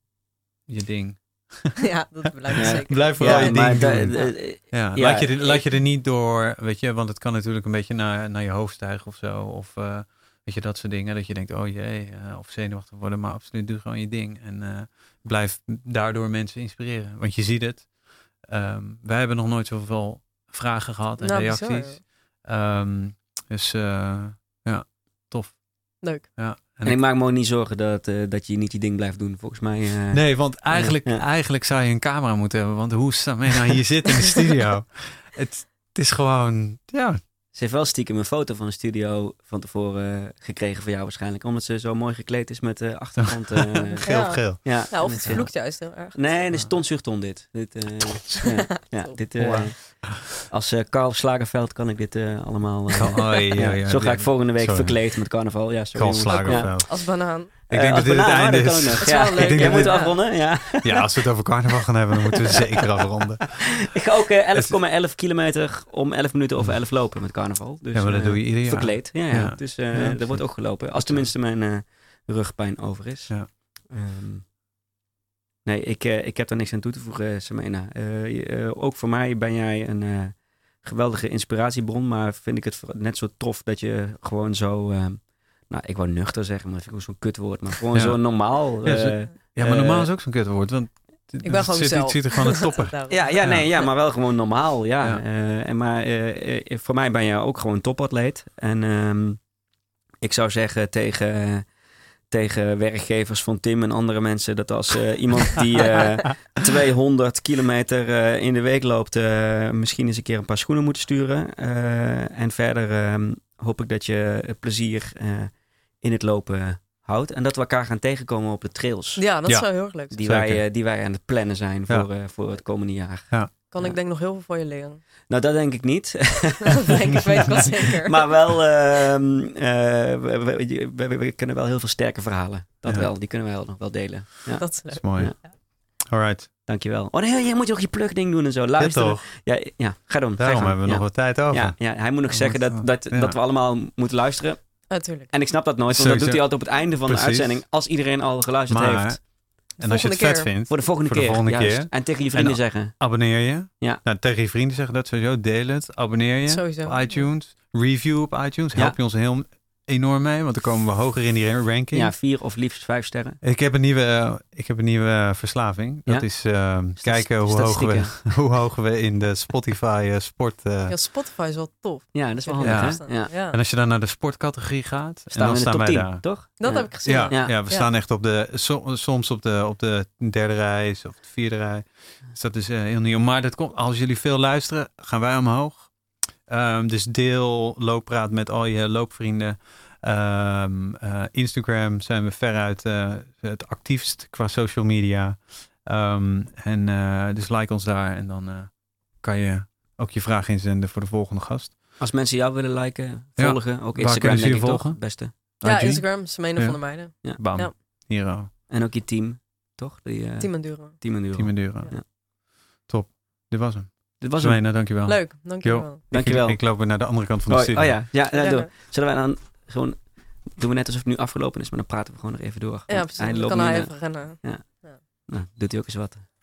S3: je ding.
S2: Ja, dat blijft ja, zeker.
S3: Blijf vooral
S1: ja,
S3: je ding
S1: da,
S3: doen.
S1: da, da,
S3: ja,
S1: ja,
S3: laat, je er, laat je er niet door, weet je, want het kan natuurlijk een beetje naar, naar je hoofd stijgen of zo. Of uh, weet je, dat soort dingen. Dat je denkt, oh jee, uh, of zenuwachtig worden. Maar absoluut, doe gewoon je ding. En uh, blijf daardoor mensen inspireren. Want je ziet het. Um, wij hebben nog nooit zoveel vragen gehad en nou, reacties. Um, dus uh, ja, tof.
S2: Leuk.
S3: Ja.
S1: En, en ik maak me ook niet zorgen dat, uh, dat je niet die ding blijft doen, volgens mij. Uh,
S3: nee, want eigenlijk,
S1: ja.
S3: eigenlijk zou je een camera moeten hebben. Want hoe sta je nou hier zitten in de studio? het, het is gewoon, ja.
S1: Ze heeft wel stiekem een foto van de studio van tevoren uh, gekregen van jou waarschijnlijk. Omdat ze zo mooi gekleed is met de uh, achtergrond. Uh,
S3: geel op geel.
S1: Ja,
S2: nou, of het vloekt juist heel erg.
S1: Nee, dit is ton sur ton dit. dit uh, ja, ja, dit uh, wow. Als uh, Karl Slagerveld kan ik dit uh, allemaal... Uh,
S3: oh, ja, ja, ja,
S1: zo ga ik volgende week
S3: sorry.
S1: verkleed met carnaval. Ja,
S3: Karl Slagerveld.
S2: Ja. Als banaan.
S3: Ik denk uh, dat dit het einde is.
S2: Dat is wel leuk.
S1: Jij moet afronden, ja.
S3: Ja, als we het over carnaval gaan hebben, dan moeten we zeker afronden.
S1: Ik ga ook uh, elf komma elf kilometer om elf minuten over elf lopen met carnaval. Dus,
S3: ja, maar dat
S1: uh,
S3: doe je ieder jaar.
S1: Verkleed, ja. ja. ja. Dus uh,
S3: ja,
S1: er wordt ook gelopen. Als tenminste mijn uh, rugpijn over is.
S3: Ja.
S1: Um, nee, ik, uh, ik heb daar niks aan toe te voegen, Samena. Uh, uh, ook voor mij ben jij een uh, geweldige inspiratiebron. Maar vind ik het net zo tof dat je gewoon zo... Uh, nou, ik wou nuchter zeggen, maar dat vind ik ook zo'n kutwoord. Maar gewoon ja. zo normaal...
S3: Ja,
S1: uh,
S3: zo, ja, maar normaal is ook zo'n kutwoord. Want
S2: ik ben gewoon
S3: het
S2: zelf.
S3: Het ziet er gewoon een topper.
S1: ja, ja, nee, ja, maar wel gewoon normaal. Ja.
S3: Ja.
S1: Uh, en maar uh, uh, voor mij ben je ook gewoon topatleet. En um, ik zou zeggen tegen... Uh, tegen werkgevers van Tim en andere mensen... dat als uh, iemand die uh, tweehonderd kilometer uh, in de week loopt... Uh, misschien eens een keer een paar schoenen moeten sturen. Uh, en verder uh, hoop ik dat je plezier uh, in het lopen houdt. En dat we elkaar gaan tegenkomen op de trails.
S2: Ja, dat ja. zou heel erg leuk zijn.
S1: Die wij, uh, die wij aan het plannen zijn ja. voor, uh, voor het komende jaar.
S3: Ja.
S2: Kan
S1: ja.
S2: ik denk nog heel veel van je leren.
S1: Nou, dat denk ik niet.
S2: dat denk ik, weet ik wel zeker.
S1: Maar wel, uh, uh, we, we, we, we kunnen wel heel veel sterke verhalen. Dat ja. wel, die kunnen we wel nog wel delen. Ja.
S2: Dat is,
S3: dat is mooi. Ja. Alright.
S1: Dankjewel. Oh nee, je moet je ook je plug ding doen en zo. Luisteren.
S3: Ja, toch?
S1: Ja, ja, ga doen.
S3: Daarom
S1: ga
S3: hebben we
S1: ja.
S3: nog wat tijd over.
S1: Ja, ja hij moet nog zeggen dat, dat,
S3: ja.
S1: dat we allemaal moeten luisteren.
S2: Natuurlijk.
S1: En ik snap dat nooit, want dat doet hij altijd op het einde van Precies. de uitzending. Als iedereen al geluisterd
S3: maar,
S1: heeft.
S3: En als je het
S2: keer.
S3: vet vindt.
S1: Voor de volgende
S3: voor de
S1: keer.
S3: Volgende
S1: juist.
S3: keer.
S1: En tegen je vrienden
S3: en
S1: zeggen.
S3: Abonneer je.
S1: Ja.
S3: Nou, tegen je vrienden zeggen dat sowieso. Deel het. Abonneer je
S2: sowieso.
S3: op iTunes. Review op iTunes. Help ja. je ons heel, enorm mee, want dan komen we hoger in die ranking.
S1: Ja, vier of liefst vijf sterren.
S3: Ik heb een nieuwe, uh, ik heb een nieuwe verslaving. Dat
S1: Ja?
S3: is uh, kijken hoe hoog, we, hoe hoog we in de Spotify uh, sport... Uh,
S2: ja, Spotify is wel tof.
S1: Ja, dat is wel handig,
S3: ja.
S1: hè? Ja.
S3: Ja. En als je dan naar de sportcategorie gaat...
S1: Staan
S3: en dan
S1: we in de
S3: staan
S1: top
S3: wij
S1: tien,
S3: daar.
S1: toch?
S2: Dat
S1: ja.
S2: heb ik gezien.
S3: Ja, ja.
S2: ja.
S3: ja we staan echt op de... So, soms op de, op de derde rij of de vierde rij. Dus dat is uh, heel nieuw. Maar dat komt, als jullie veel luisteren, gaan wij omhoog. Um, dus deel looppraat met al je loopvrienden. Um, uh, Instagram zijn we veruit uh, het actiefst qua social media. Um, en uh, dus like ons daar en dan uh, kan je ook je vraag inzenden voor de volgende gast.
S1: Als mensen jou willen liken, volgen, ja. ook Instagram
S3: denk
S1: ik
S3: volgen?
S1: toch het beste.
S2: Ja,
S3: I G?
S2: Instagram, Semene
S3: ja.
S2: van der Meijden.
S1: Ja.
S3: Bam,
S2: ja.
S3: hier al.
S1: En ook je team, toch? Die, uh,
S2: Team Enduro.
S1: Team Enduro.
S3: Team Enduro.
S1: Ja.
S3: Top, dit was hem.
S1: Dit was
S3: Semene, dankjewel.
S2: Leuk, dankjewel.
S3: Ik,
S1: dankjewel.
S3: ik loop weer naar de andere kant van de
S1: oh,
S3: studio.
S1: Oh ja, ja, ja,
S2: ja.
S1: Door. Zullen wij dan gewoon... Doen we net alsof het nu afgelopen is, maar dan praten we gewoon nog even door.
S2: Ja, precies. Dan kan hij even rennen.
S1: Ja. Ja. Nou, doet hij ook eens wat.